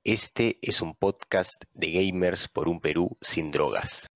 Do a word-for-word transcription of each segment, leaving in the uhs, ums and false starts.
Este es un podcast de gamers por un Perú sin drogas.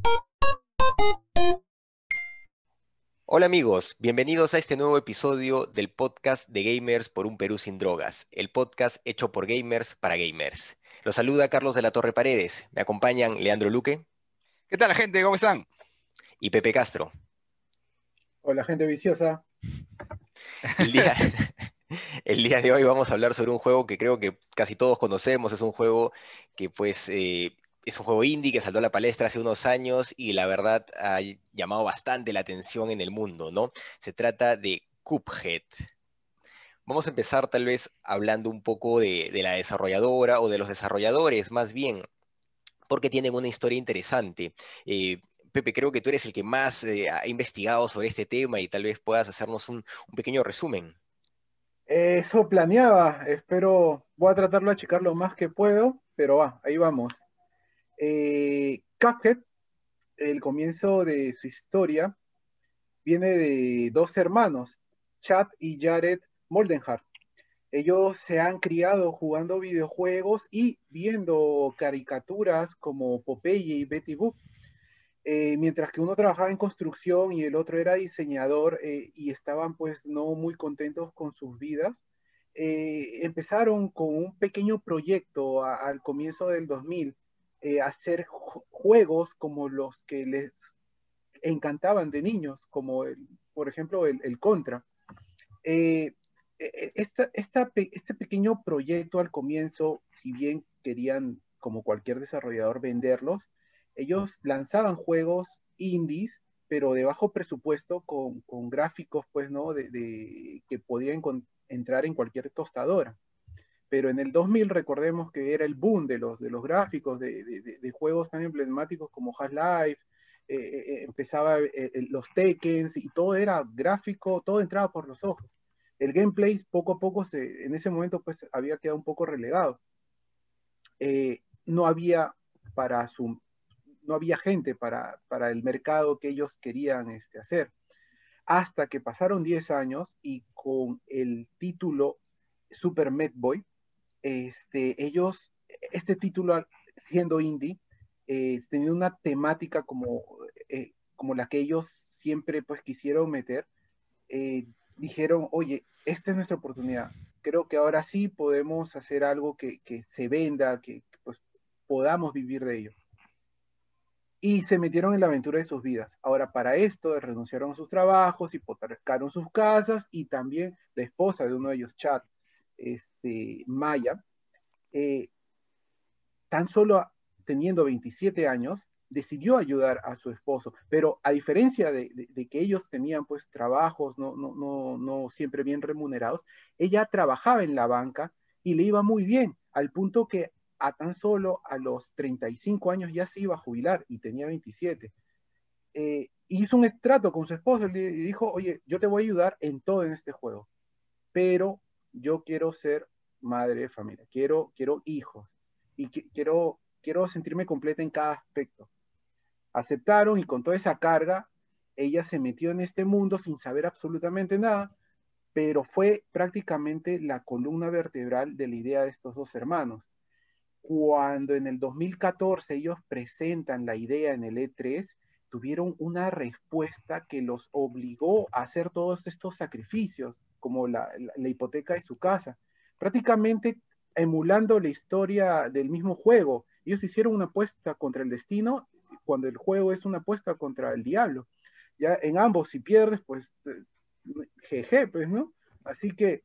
Hola amigos, bienvenidos a este nuevo episodio del podcast de Gamers por un Perú sin drogas, el podcast hecho por gamers para gamers. Los saluda Carlos de la Torre Paredes, me acompañan Leandro Luque ¿Qué tal, gente? ¿Cómo están? y Pepe Castro. Hola, gente viciosa. El día, el día de hoy vamos a hablar sobre un juego que creo que casi todos conocemos, es un juego que pues eh, es un juego indie que saltó a la palestra hace unos años y la verdad ha llamado bastante la atención en el mundo, ¿no? Se trata de Cuphead. Vamos a empezar tal vez hablando un poco de, de la desarrolladora o de los desarrolladores más bien, porque tienen una historia interesante. Eh, Pepe, creo que tú eres el que más eh, ha investigado sobre este tema y tal vez puedas hacernos un, un pequeño resumen. Eso planeaba, espero, voy a tratarlo de achicar lo más que puedo, pero va, ahí vamos. Eh, Cuphead, el comienzo de su historia, viene de dos hermanos, Chad y Jared Moldenhart. Ellos se han criado jugando videojuegos y viendo caricaturas como Popeye y Betty Boop. Eh, mientras que uno trabajaba en construcción y el otro era diseñador eh, y estaban pues no muy contentos con sus vidas, eh, empezaron con un pequeño proyecto a, al comienzo del dos mil, eh, hacer juegos como los que les encantaban de niños, como el, por ejemplo el, el Contra. Eh, esta, esta, este pequeño proyecto al comienzo, si bien querían, como cualquier desarrollador, venderlos, ellos lanzaban juegos indies, pero de bajo presupuesto, con, con gráficos, pues, ¿no? De, de, que podían entrar en cualquier tostadora. Pero en el dos mil, recordemos que era el boom de los, de los gráficos, de, de, de juegos tan emblemáticos como Half-Life, eh, eh, empezaba eh, los Tekkens, y todo era gráfico, todo entraba por los ojos. El gameplay poco a poco, se, en ese momento, pues había quedado un poco relegado. Eh, no había para su, no había gente para, para el mercado que ellos querían este, hacer. Hasta que pasaron diez años y con el título Super Meat Boy, este, ellos, este título siendo indie, eh, tenía una temática como, eh, como la que ellos siempre pues quisieron meter. Eh, dijeron, oye, esta es nuestra oportunidad. Creo que ahora sí podemos hacer algo que, que se venda, que, que pues, podamos vivir de ello. Y se metieron en la aventura de sus vidas. Ahora, para esto, renunciaron a sus trabajos, hipotecaron sus casas, y también la esposa de uno de ellos, Chad, este, Maya, eh, tan solo teniendo veintisiete años, decidió ayudar a su esposo, pero a diferencia de, de, de que ellos tenían pues trabajos no, no, no, no siempre bien remunerados, ella trabajaba en la banca y le iba muy bien, al punto que a tan solo a los treinta y cinco años ya se iba a jubilar y tenía veintisiete. Eh, hizo un trato con su esposo y dijo, oye, yo te voy a ayudar en todo en este juego, pero yo quiero ser madre de familia, quiero, quiero hijos y qu quiero, quiero sentirme completa en cada aspecto. Aceptaron, y con toda esa carga, ella se metió en este mundo sin saber absolutamente nada, pero fue prácticamente la columna vertebral de la idea de estos dos hermanos. Cuando en el dos mil catorce ellos presentan la idea en el E tres, tuvieron una respuesta que los obligó a hacer todos estos sacrificios, como la, la, la hipoteca de su casa, prácticamente emulando la historia del mismo juego. Ellos hicieron una apuesta contra el destino, cuando el juego es una apuesta contra el diablo. Ya en ambos, si pierdes, pues jeje, pues, ¿no? Así que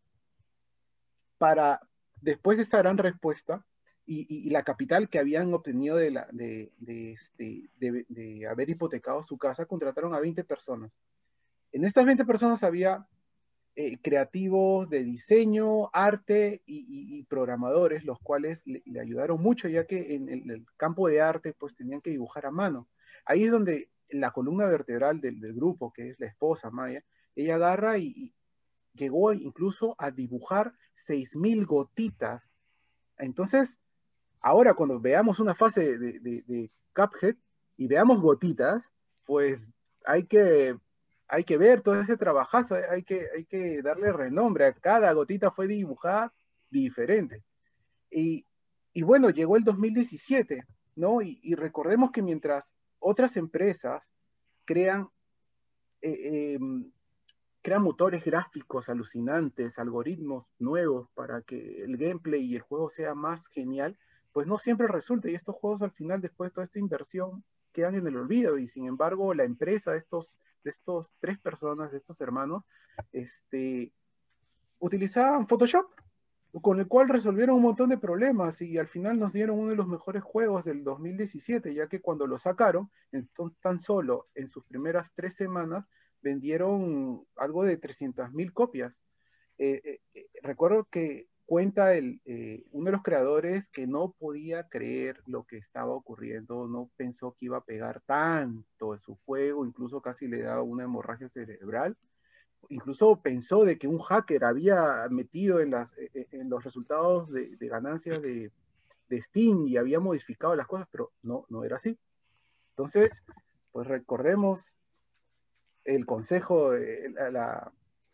para, después de esta gran respuesta, y, y, y la capital que habían obtenido de, la, de, de, este, de, de haber hipotecado su casa, contrataron a veinte personas. En estas veinte personas había eh, creativos de diseño, arte y, y, y programadores, los cuales le, le, ayudaron mucho, ya que en el, en el campo de arte pues tenían que dibujar a mano. Ahí es donde la columna vertebral del, del grupo, que es la esposa Maya, ella agarra y, y llegó incluso a dibujar seis mil gotitas. Entonces, ahora cuando veamos una fase de, de, de Cuphead y veamos gotitas, pues hay que, hay que ver todo ese trabajazo, hay que, hay que darle renombre. A cada gotita fue dibujada diferente. Y y bueno, llegó el dos mil diecisiete, ¿no? Y, y recordemos que mientras otras empresas crean, eh, eh, crean motores gráficos alucinantes, algoritmos nuevos para que el gameplay y el juego sea más genial, pues no siempre resulta. Y estos juegos al final, después de toda esta inversión, quedan en el olvido. Y sin embargo, la empresa de estos, de estos tres personas, de estos hermanos, este, utilizaban Photoshop, con el cual resolvieron un montón de problemas y al final nos dieron uno de los mejores juegos del dos mil diecisiete, ya que cuando lo sacaron, entonces, tan solo en sus primeras tres semanas, vendieron algo de trescientas mil copias. Eh, eh, eh, recuerdo que cuenta el, eh, uno de los creadores que no podía creer lo que estaba ocurriendo, no pensó que iba a pegar tanto en su juego, incluso casi le daba una hemorragia cerebral, incluso pensó de que un hacker había metido en, las, en los resultados de, de ganancias de, de, Steam y había modificado las cosas, pero no, no era así. Entonces, pues recordemos el consejo, de, la,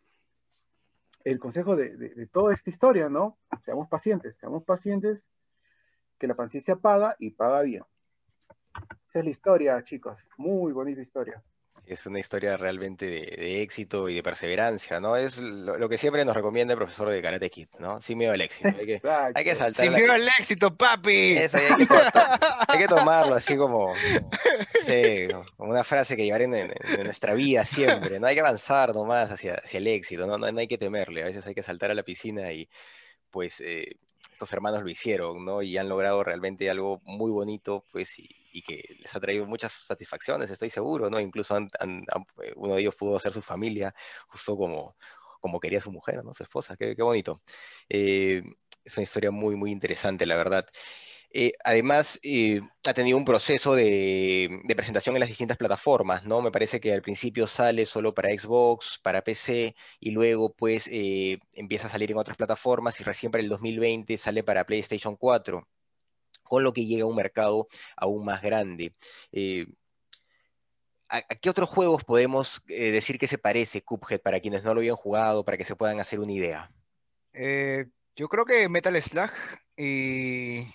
el consejo de, de, de toda esta historia, ¿no? Seamos pacientes, seamos pacientes, que la paciencia paga y paga bien. Esa es la historia, chicos, muy bonita historia. Es una historia realmente de, de éxito y de perseverancia, ¿no? Es lo, lo que siempre nos recomienda el profesor de Karate Kid, ¿no? Sin miedo al éxito. Hay que, hay que Exacto. saltar Sin la miedo pi- al éxito, papi. Eso, y hay que, to- to- hay que tomarlo así como, no sé, como una frase que llevar en, en- en nuestra vida siempre, ¿no? Hay que avanzar nomás hacia, hacia el éxito, ¿no? No, no hay que temerle. A veces hay que saltar a la piscina y, pues, eh, estos hermanos lo hicieron, ¿no? Y han logrado realmente algo muy bonito, pues, y, y que les ha traído muchas satisfacciones, estoy seguro, ¿no? Incluso han- han- han- eh, uno de ellos pudo hacer su familia, justo como, como quería su mujer, ¿no? Su esposa, qué, qué bonito. Eh, es una historia muy, muy interesante, la verdad. Eh, además, eh, ha tenido un proceso de, de presentación en las distintas plataformas, ¿no? Me parece que al principio sale solo para Xbox, para P C, y luego pues eh, empieza a salir en otras plataformas y recién para el dos mil veinte sale para PlayStation cuatro, con lo que llega a un mercado aún más grande. Eh, ¿a, a qué otros juegos podemos eh, decir que se parece Cuphead para quienes no lo habían jugado, para que se puedan hacer una idea? Eh, yo creo que Metal Slug y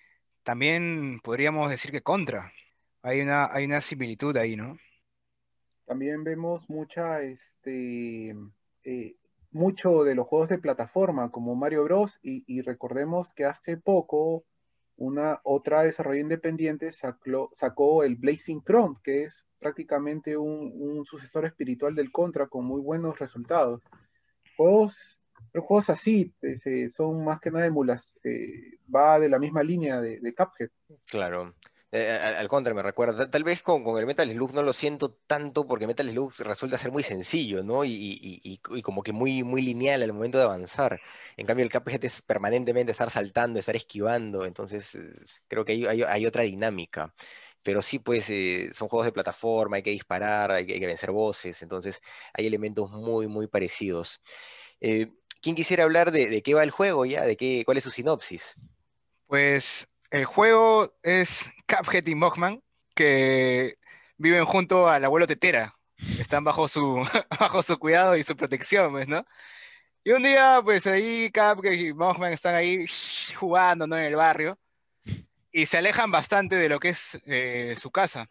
también podríamos decir que Contra. Hay una, hay una similitud ahí, ¿no? También vemos mucha, este, eh, mucho de los juegos de plataforma como Mario Bros. Y, y recordemos que hace poco una otra desarrollo independiente sacó, sacó el Blazing Chrome, que es prácticamente un, un sucesor espiritual del Contra con muy buenos resultados. Juegos, pero juegos así ese, son más que nada emulas, eh, va de la misma línea de, de Cuphead. Claro. Eh, al, al contra, me recuerda. Tal vez con, con el Metal Slug no lo siento tanto porque Metal Slug resulta ser muy sencillo, ¿no? Y, y- y- y como que muy, muy lineal al momento de avanzar. En cambio, el Cuphead es permanentemente estar saltando, estar esquivando. Entonces, eh, creo que hay, hay- hay otra dinámica. Pero sí, pues, eh, son juegos de plataforma, hay que disparar, hay que, hay que vencer voces. Entonces, hay elementos muy, muy parecidos. Eh, ¿quién quisiera hablar de, de qué va el juego ya? ¿De qué, cuál es su sinopsis? Pues el juego es Cuphead y Mugman, que viven junto al abuelo Tetera. Están bajo su, bajo su cuidado y su protección, pues, ¿no? Y un día, pues ahí Cuphead y Mugman están ahí jugando, ¿no? En el barrio, y se alejan bastante de lo que es eh, su casa.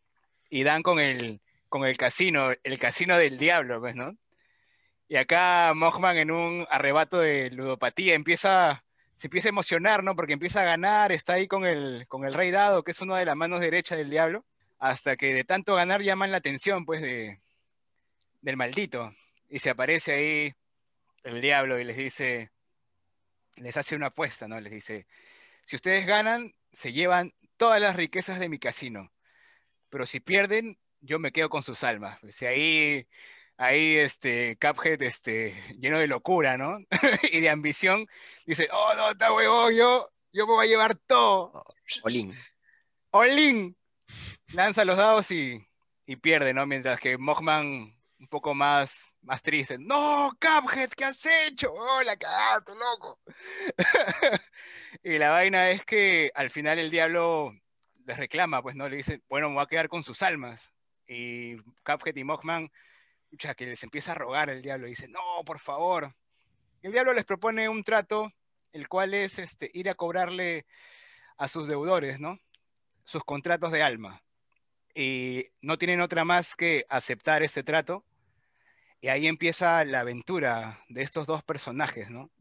Y dan con el, con el casino, el casino del diablo, pues, ¿no? Y acá Mugman en un arrebato de ludopatía empieza, se empieza a emocionar, ¿no? Porque empieza a ganar, está ahí con el, con el rey dado, que es una de las manos derechas del diablo, hasta que de tanto ganar llaman la atención, pues, de, del maldito. Y se aparece ahí el diablo y les dice, les hace una apuesta, ¿no? Les dice, si ustedes ganan, se llevan todas las riquezas de mi casino, pero si pierden, yo me quedo con sus almas. Pues, y ahí, ahí este, Cuphead, este, lleno de locura, ¿no? Y de ambición, dice, oh, no, está huevón, yo, yo me voy a llevar todo. Oh, Olin. Olin, lanza los dados y, y pierde, ¿no? Mientras que Mugman, un poco más, más triste, no, Cuphead, ¿qué has hecho? Oh, la cagaste, loco. Y la vaina es que al final el diablo les reclama, pues, ¿no? Le dice, bueno, me voy a quedar con sus almas. Y Cuphead y Mugman, pucha, que les empieza a rogar el diablo, dice, no, por favor. Y el diablo les propone un trato el cual es este, ir a cobrarle a sus deudores, ¿no? Sus contratos de alma. Y no tienen otra más que aceptar este trato. Y ahí empieza la aventura de estos dos personajes, ¿no?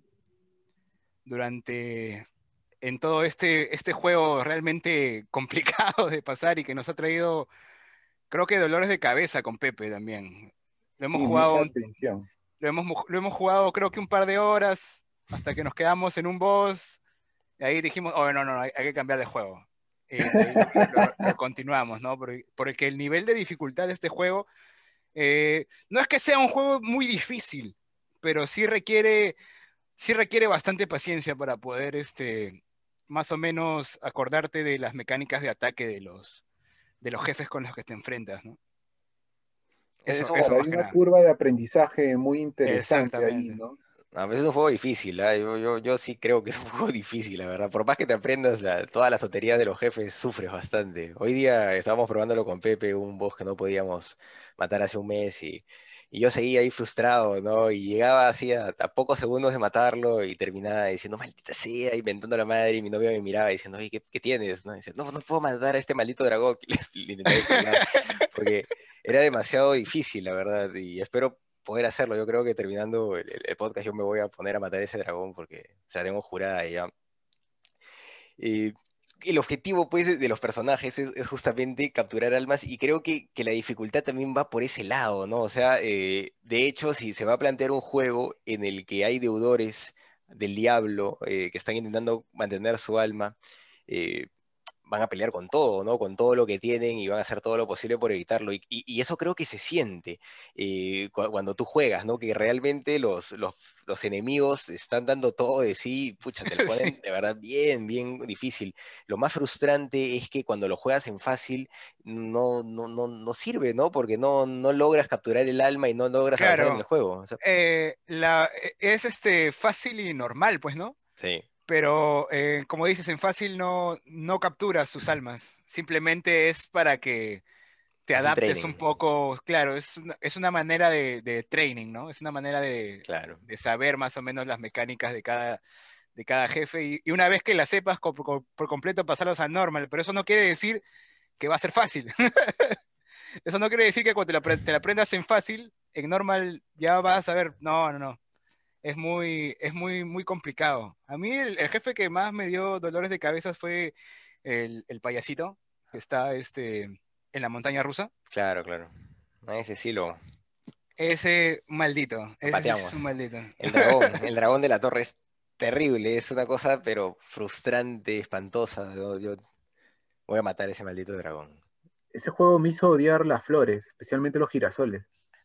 Durante, en todo este, este juego realmente complicado de pasar y que nos ha traído, creo que dolores de cabeza con Pepe también. Lo hemos Sí, mucha jugado, atención. lo hemos, mu- lo hemos jugado creo que un par de horas hasta que nos quedamos en un boss. Y ahí dijimos, oh, no, no, hay, hay que cambiar de juego. Y de ahí lo, lo- lo continuamos, ¿no? Porque, porque el nivel de dificultad de este juego eh, no es que sea un juego muy difícil, pero sí requiere, sí requiere bastante paciencia para poder, este, más o menos acordarte de las mecánicas de ataque de los, de los jefes con los que te enfrentas, ¿no? Es Eso, un eso Claro, más hay que una nada. curva de aprendizaje muy interesante ahí, Exactamente. ¿no? A veces es un juego difícil, ¿ah? Yo, yo, yo sí creo que es un juego difícil, la verdad. Por más que te aprendas la- todas las tonterías de los jefes, sufres bastante. Hoy día estábamos probándolo con Pepe, un boss que no podíamos matar hace un mes, y, y yo seguía ahí frustrado, ¿no? Y llegaba así a, a pocos segundos de matarlo y terminaba diciendo, maldita sea, inventando la madre, y mi novia me miraba diciendo, oye, ¿qué, qué tienes? ¿No? Y dice, no, no puedo matar a este maldito dragón. Y le intentaba explicar, porque era demasiado difícil, la verdad, y espero poder hacerlo. Yo creo que terminando el, el- el podcast yo me voy a poner a matar ese dragón porque se la tengo jurada y ya. Y el objetivo, pues, de de los personajes es, es justamente capturar almas y creo que, que la dificultad también va por ese lado, ¿no? O sea, eh, de hecho, si se va a plantear un juego en el que hay deudores del diablo eh, que están intentando mantener su alma, eh, van a pelear con todo, ¿no? Con todo lo que tienen y van a hacer todo lo posible por evitarlo. Y, y- y eso creo que se siente eh, cu- cuando tú juegas, ¿no? Que realmente los, los, los enemigos están dando todo de sí, pucha, te lo Sí, ponen de verdad bien, bien difícil. Lo más frustrante es que cuando lo juegas en fácil no, no, no, no sirve, ¿no? Porque no, no logras capturar el alma y no logras avanzar en el claro. juego. O sea, Eh, la, e, es este, fácil y normal, pues, ¿no? sí, Pero eh, como dices, en fácil no, no capturas sus almas. Simplemente es para que te es un adaptes un training, poco. Claro, es una, es una manera de, de training, ¿no? Es una manera de, claro. de saber más o menos las mecánicas de cada, de cada jefe. Y, y una vez que las sepas co- co- por, completo, pasarlos a normal. Pero eso no quiere decir que va a ser fácil. Eso no quiere decir que cuando te la, apre- te la aprendas en fácil, en normal ya vas a ver. No, no, no. Es muy, es muy, muy complicado. A mí el, el jefe que más me dio dolores de cabeza fue el, el payasito, que está este, en la montaña rusa. Claro, claro. A ese sí lo, Ese maldito, lo ese sí pateamos. es un maldito. El dragón, el dragón de la torre es terrible, es una cosa pero frustrante, espantosa, ¿no? Yo voy a matar a ese maldito dragón. Ese juego me hizo odiar las flores, especialmente los girasoles.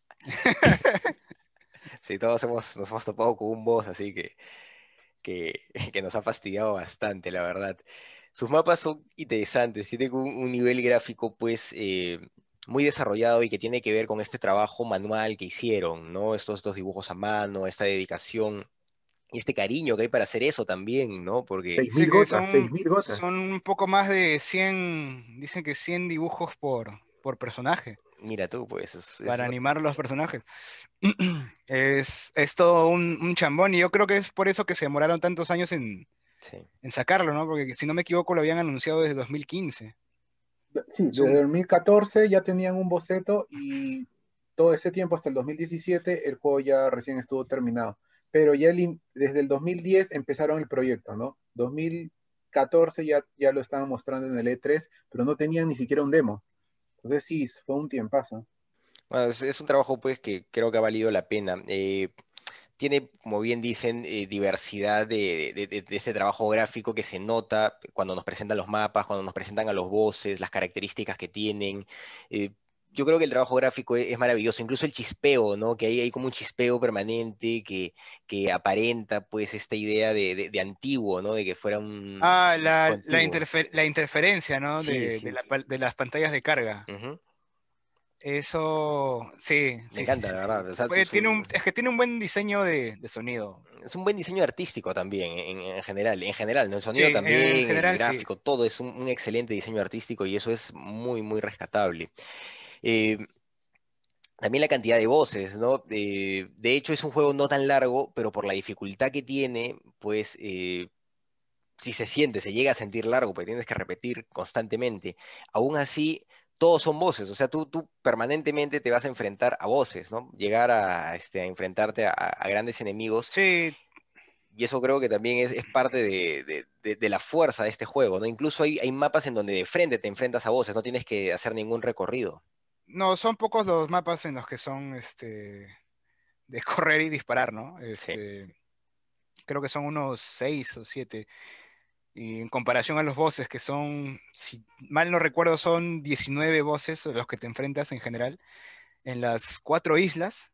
Sí, todos hemos, nos hemos topado con un boss así que, que, que nos ha fastidiado bastante, la verdad. Sus mapas son interesantes, tienen un, un nivel gráfico pues eh, muy desarrollado y que tiene que ver con este trabajo manual que hicieron, ¿no? Estos dos dibujos a mano, esta dedicación y este cariño que hay para hacer eso también, ¿no? Porque Seis Dice mil que gotas, seis son, mil gotas. son un poco más de cien, dicen que cien dibujos por, por personaje, mira tú, pues es, es- para animar los personajes. Es, es todo un, un chambón y yo creo que es por eso que se demoraron tantos años en, sí. en sacarlo, ¿no? Porque si no me equivoco lo habían anunciado desde dos mil quince. Sí, Es desde un, dos mil catorce ya tenían un boceto y todo ese tiempo hasta el dos mil diecisiete el juego ya recién estuvo terminado. Pero ya el in- desde el dos mil diez empezaron el proyecto, ¿no? dos mil catorce ya, ya lo estaban mostrando en el E tres, pero no tenían ni siquiera un demo. Entonces sí, fue un tiempazo. Bueno, es, es un trabajo pues que creo que ha valido la pena. Eh, tiene, como bien dicen, eh, diversidad de, de- de- de este trabajo gráfico que se nota cuando nos presentan los mapas, cuando nos presentan a los bosses, las características que tienen. Eh, yo creo que el trabajo gráfico es, es maravilloso, incluso el chispeo, ¿no? Que hay, hay como un chispeo permanente que, que aparenta pues esta idea de, de- de antiguo, ¿no? De que fuera un, ah, un la, juego la, antiguo. interfe- la interferencia, ¿no? Sí, De, de, sí. la pal- de las pantallas de carga. Ujú. Eso, sí, Me sí, sí, encanta, sí, la sí. verdad. O sea, su- Fue- tiene su- un, es que tiene un buen diseño de, de sonido. Es un buen diseño artístico también, en, en general. En general, ¿no? El Sí, sonido en también, el general sí. gráfico, todo es un, un excelente diseño artístico y eso es muy, muy rescatable. Eh, También la cantidad de voces, ¿no? Eh, de hecho, es un juego no tan largo, pero por la dificultad que tiene, pues eh, sí se siente, se llega a sentir largo, porque tienes que repetir constantemente. Aún así, todos son voces, o sea, tú, tú permanentemente te vas a enfrentar a voces, ¿no? Llegar a, este, a enfrentarte a, a grandes enemigos, Sí, y eso creo que también es, es parte de, de- de- de la fuerza de este juego, ¿no? Incluso hay, hay mapas en donde de frente te enfrentas a voces, no tienes que hacer ningún recorrido. no, son pocos los mapas en los que son este, de correr y disparar, ¿no? Sí. Este, creo que son unos seis o siete. Y en comparación a los bosses, que son, si mal no recuerdo, son diecinueve bosses los que te enfrentas en general en las cuatro islas.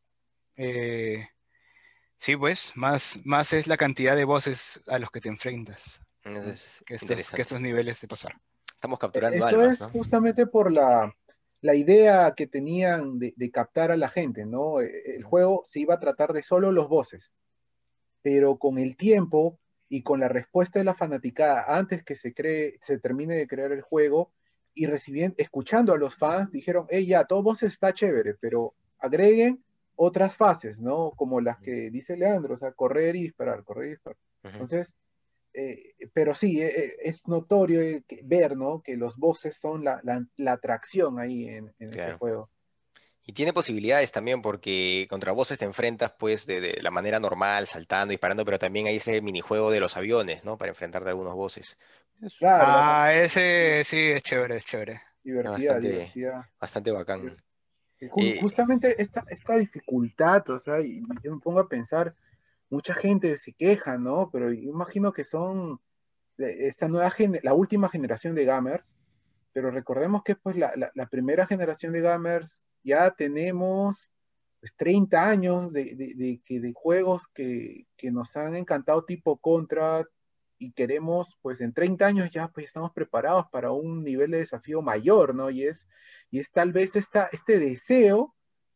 eh, sí, pues, más, más es la cantidad de bosses a los que te enfrentas, Eso ¿no? es Que estos, que interesante. estos niveles de pasar. Estamos E- capturando Eso almas, es ¿no? justamente por la, la idea que tenían de, de captar a la gente, ¿no? E- El juego se iba a tratar de solo los bosses, pero con el tiempo y con la respuesta de la fanaticada antes que se cree, se termine de crear el juego y recibiendo, escuchando a los fans, dijeron, hey, ya, todo vos está chévere, pero agreguen otras fases, ¿no? Como las que dice Leandro, o sea, correr y disparar, correr y disparar. Ujú. Entonces, eh, pero sí, eh, eh, es notorio eh, que- ver, ¿no? Que los bosses son la, la- la atracción ahí en, en ese Claro. juego. Y tiene posibilidades también porque contra voces te enfrentas pues de, de la manera normal, saltando, disparando, pero también hay ese minijuego de los aviones, ¿no? Para enfrentarte a algunos voces. Es, Claro, también Ah, ese sí, es chévere, es chévere. es diversidad, bastante, diversidad. bastante bacán. Y ju- Eh, justamente esta, esta dificultad, o sea, y yo me pongo a pensar, mucha gente se queja, ¿no? Pero yo imagino que son de esta nueva gen- la última generación de gamers, pero recordemos que pues la, la- la primera generación de gamers ya tenemos pues treinta años de, de- de que- de juegos que, que nos han encantado tipo Contra y queremos pues en treinta años ya pues estamos preparados para un nivel de desafío mayor, ¿no? Y es, y es tal vez esta, este deseo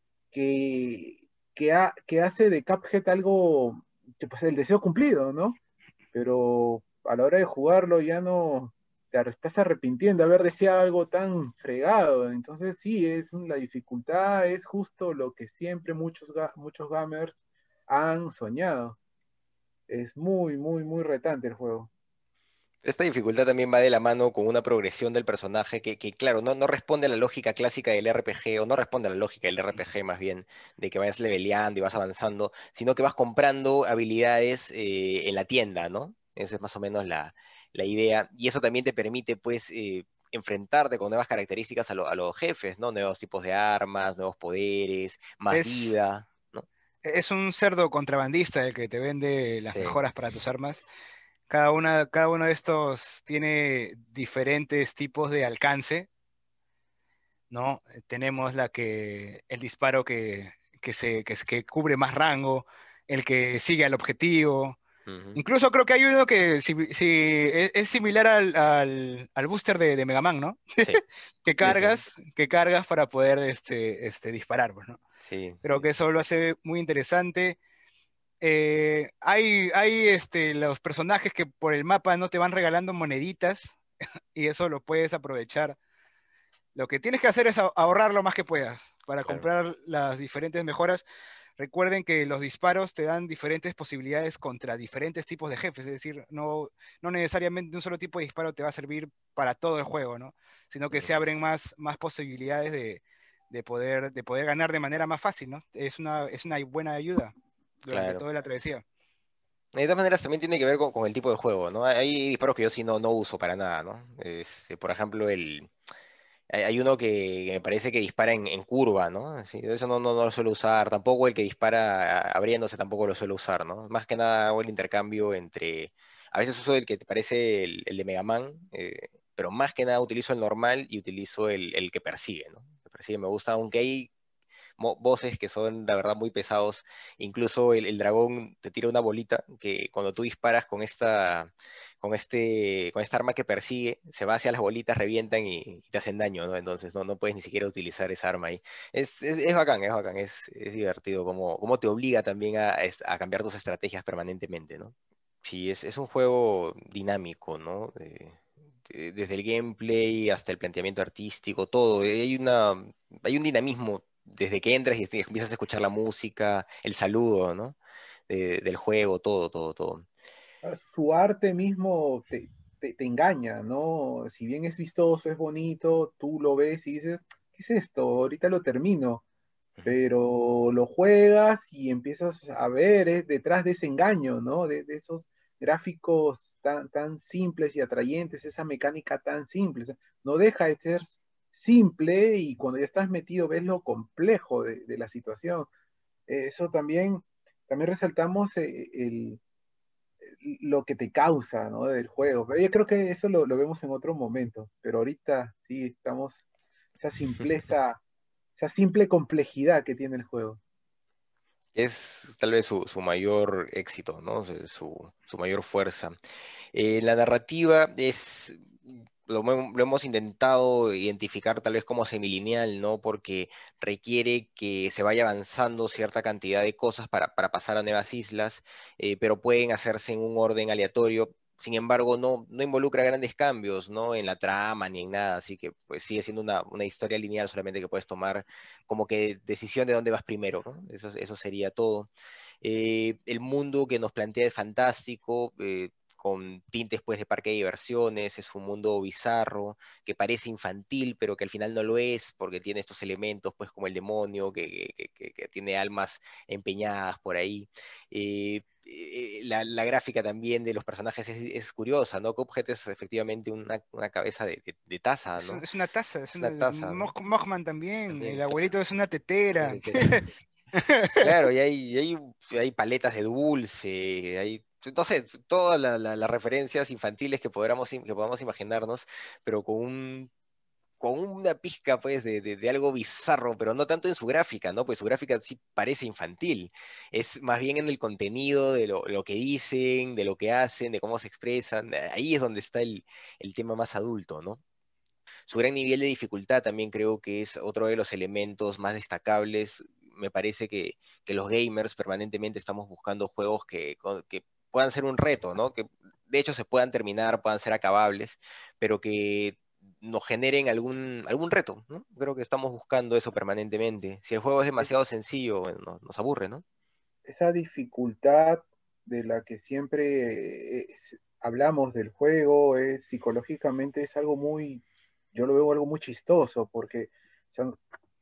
que, que, ha- que hace de Cuphead algo, que, pues el deseo cumplido, ¿no? Pero a la hora de jugarlo ya no te ar- estás arrepintiendo de haber deseado algo tan fregado. Entonces sí, es un- la dificultad es justo lo que siempre muchos, ga- muchos gamers han soñado. Es muy, muy, muy retante el juego. Esta dificultad también va de la mano con una progresión del personaje que, que, claro, no, no responde a la lógica clásica del R P G, o no responde a la lógica del R P G más bien, de que vayas leveleando y vas avanzando, sino que vas comprando habilidades eh, en la tienda, ¿no? Esa es más o menos la, la idea. Y eso también te permite, pues, eh, enfrentarte con nuevas características a, lo- a los jefes, ¿no? Nuevos tipos de armas, nuevos poderes, más Es, vida, ¿no? es un cerdo contrabandista el que te vende las Sí. mejoras para tus armas. Cada una, cada uno de estos tiene diferentes tipos de alcance, ¿no? Eh, Tenemos la que, el disparo que, que se, que, es- que cubre más rango, el que sigue al objetivo. Ujú. Incluso creo que hay uno que si, si- es, es similar al, al, al booster de, de Mega Man, ¿no? Sí, Que sí, sí, cargas, que cargas para poder este, este, disparar, pues, ¿no? sí, Creo sí, que sí. eso lo hace muy interesante. Eh, hay hay este, los personajes que por el mapa no te van regalando moneditas y eso lo puedes aprovechar. Lo que tienes que hacer es a- ahorrar lo más que puedas para Claro. comprar las diferentes mejoras. Recuerden que los disparos te dan diferentes posibilidades contra diferentes tipos de jefes, es decir, no, no necesariamente un solo tipo de disparo te va a servir para todo el juego, ¿no? Sino que se Eso abren es. más, más posibilidades de, de poder, de poder ganar de manera más fácil, ¿no? Es una, es una buena ayuda durante Claro. toda la travesía. De todas maneras, también tiene que ver con, con el tipo de juego, ¿no? Hay disparos que yo sí no, no uso para nada, ¿no? Este, por ejemplo, el, hay hay uno que me parece que dispara en, en curva, ¿no? Así, eso no, no, no lo suelo usar. Tampoco el que dispara a- abriéndose tampoco lo suelo usar, ¿no? Más que nada hago el intercambio entre... A veces uso el que te parece el, el de Mega Man, eh, pero más que nada utilizo el normal y utilizo el, el que persigue, ¿no? El que persigue me gusta, aunque hay mo- voces que son, la verdad, muy pesados. Incluso el, el dragón te tira una bolita que cuando tú disparas con esta, con este, con esta arma que persigue, se va hacia las bolitas, revientan y, y te hacen daño, ¿no? Entonces no, no puedes ni siquiera utilizar esa arma ahí. Es, es, es bacán, es bacán, es, es divertido, como, como te obliga también a, est- a cambiar tus estrategias permanentemente, ¿no? Sí, es, es un juego dinámico, ¿no? Eh, de- desde el gameplay hasta el planteamiento artístico, todo. eh, Hay una, hay un dinamismo desde que entras y este- empiezas a escuchar la música, el saludo, ¿no? De- del juego, todo, todo, todo. Ah, su arte mismo te, te, te engaña, ¿no? Si bien es vistoso, es bonito, tú lo ves y dices, ¿qué es esto? Ahorita lo termino, Ujú. pero lo juegas y empiezas a ver eh, detrás de ese engaño, ¿no? De, de esos gráficos tan, tan simples y atrayentes, esa mecánica tan simple. O sea, no deja de ser simple y cuando ya estás metido ves lo complejo de, de la situación. Eh, Eso también, también resaltamos eh, el, lo que te causa, ¿no? Del juego. Pero yo creo que eso lo, lo vemos en otro momento, pero ahorita sí estamos, esa simpleza, esa simple complejidad que tiene el juego. Es tal vez su, su mayor éxito, ¿no? Su, su su mayor fuerza. Eh, la narrativa es, lo, hemo- lo hemos intentado identificar tal vez como semilineal, ¿no? Porque requiere que se vaya avanzando cierta cantidad de cosas para, para pasar a nuevas islas, eh, pero pueden hacerse en un orden aleatorio. Sin embargo, no, no involucra grandes cambios, ¿no? En la trama ni en nada, así que pues sigue siendo una, una historia lineal solamente que puedes tomar como que decisión de dónde vas primero, ¿no? Eso, eso sería todo. Eh, el mundo que nos plantea es fantástico, eh, con tintes pues de parque de diversiones, es un mundo bizarro, que parece infantil, pero que al final no lo es, porque tiene estos elementos pues como el demonio, que, que- que- que tiene almas empeñadas por ahí. Eh, eh, la, la gráfica también de los personajes es, es curiosa, ¿no? Cuphead es efectivamente una, una cabeza de, de- de taza, Es, un- ¿no? es una taza, es Es una, una taza, ¿no? Moj- Mothman también, También, el claro, abuelito es una una tetera. tetera. Claro, y hay, y hay, hay paletas de dulce, hay, no sé, todas la- la- las referencias infantiles que podamos, im- que podamos imaginarnos, pero con un, con una pizca, pues, de, de- de algo bizarro, pero no tanto en su gráfica, ¿no? Pues su gráfica sí parece infantil, es más bien en el contenido de lo, lo que dicen, de lo que hacen, de cómo se expresan, ahí es donde está el, el tema más adulto, ¿no? Su gran nivel de dificultad también creo que es otro de los elementos más destacables. Me parece que, que los gamers permanentemente estamos buscando juegos que, co- que puedan ser un reto, ¿no? Que de hecho se puedan terminar, puedan ser acabables, pero que nos generen algún, algún reto, ¿no? Creo que estamos buscando eso permanentemente. Si el juego es Es- demasiado sencillo, bueno, nos, nos aburre, ¿no? esa dificultad de la que siempre eh, es- hablamos del juego es psicológicamente es algo muy, yo lo veo algo muy chistoso porque son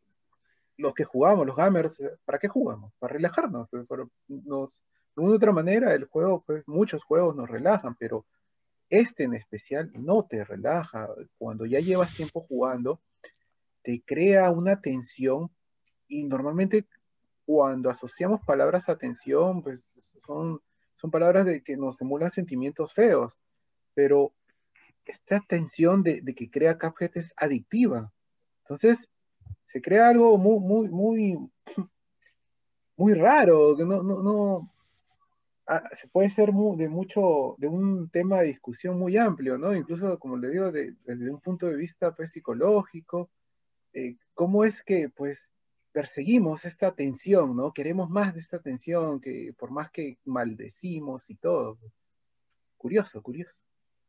los que jugamos, los gamers, ¿para qué jugamos? Para relajarnos, pero, pero nos, de una u otra manera el juego, pues muchos juegos nos relajan, pero este en especial no te relaja. Cuando ya llevas tiempo jugando, te crea una tensión y normalmente cuando asociamos palabras a tensión, pues son, son palabras de que nos emulan sentimientos feos, pero esta tensión de, de que crea Cuphead es adictiva. Entonces, se crea algo muy, muy, muy, muy raro, que no, no, no, ah, se puede ser mu- de mucho, de un tema de discusión muy amplio, ¿no? Incluso, como le digo, de- desde un punto de vista pues, psicológico, eh, cómo es que pues perseguimos esta tensión, ¿no? Queremos más de esta tensión, que por más que maldecimos y todo. Curioso, curioso.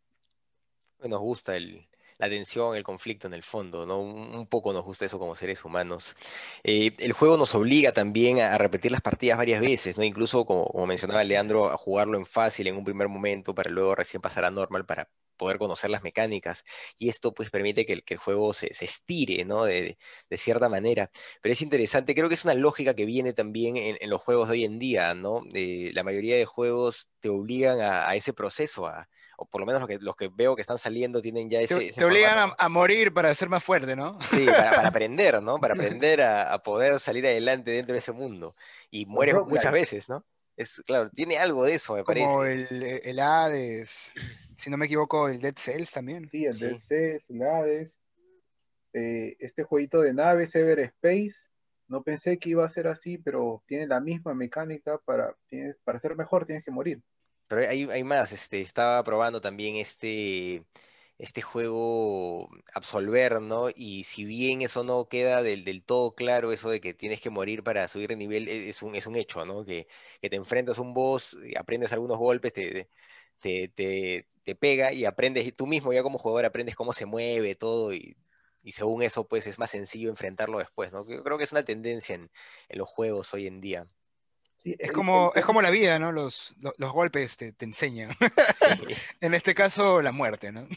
Nos gusta el, la tensión, el conflicto en el fondo, ¿no? Un, un poco nos gusta eso como seres humanos. Eh, el juego nos obliga también a, a repetir las partidas varias veces, ¿no? Incluso, como, como mencionaba Leandro, a jugarlo en fácil en un primer momento para luego recién pasar a normal para poder conocer las mecánicas. Y esto pues permite que el, que el juego se, se estire, ¿no? De, de cierta manera. Pero es interesante, creo que es una lógica que viene también en, en los juegos de hoy en día, ¿no? Eh, la mayoría de juegos te obligan a, a ese proceso, o por lo menos los que, los que veo que están saliendo tienen ya Te, ese, ese te formato, obligan ¿no? a, a morir para ser más fuerte, ¿no? Sí, para, para aprender, ¿no? Para aprender a, a poder salir adelante dentro de ese mundo. Y Los mueres muchas roguelikes. veces, ¿no? Es, claro, tiene algo de eso, me Como parece. el, el Hades, si no me equivoco, el Dead Cells también. Sí, el Dead Sí. Cells, el Hades, eh, este jueguito de naves, Ever Space. No pensé que iba a ser así, pero tiene la misma mecánica para, tienes, para ser mejor tienes que morir. Pero hay, hay más, este, estaba probando también este, este juego Absolver, ¿no? Y si bien eso no queda del, del todo claro, eso de que tienes que morir para subir de nivel, e- es un, es un hecho, ¿no? Que, que te enfrentas a un boss, y aprendes algunos golpes, te, te, te, te pega y aprendes, y tú mismo ya como jugador aprendes cómo se mueve todo y y según eso, pues es más sencillo enfrentarlo después, ¿no? Yo creo que es una tendencia en, en los juegos hoy en día. Sí, Es el, el como, es tema como la vida, ¿no? Los, lo- los, golpes te, te enseñan. Sí, En este caso, la muerte, ¿no?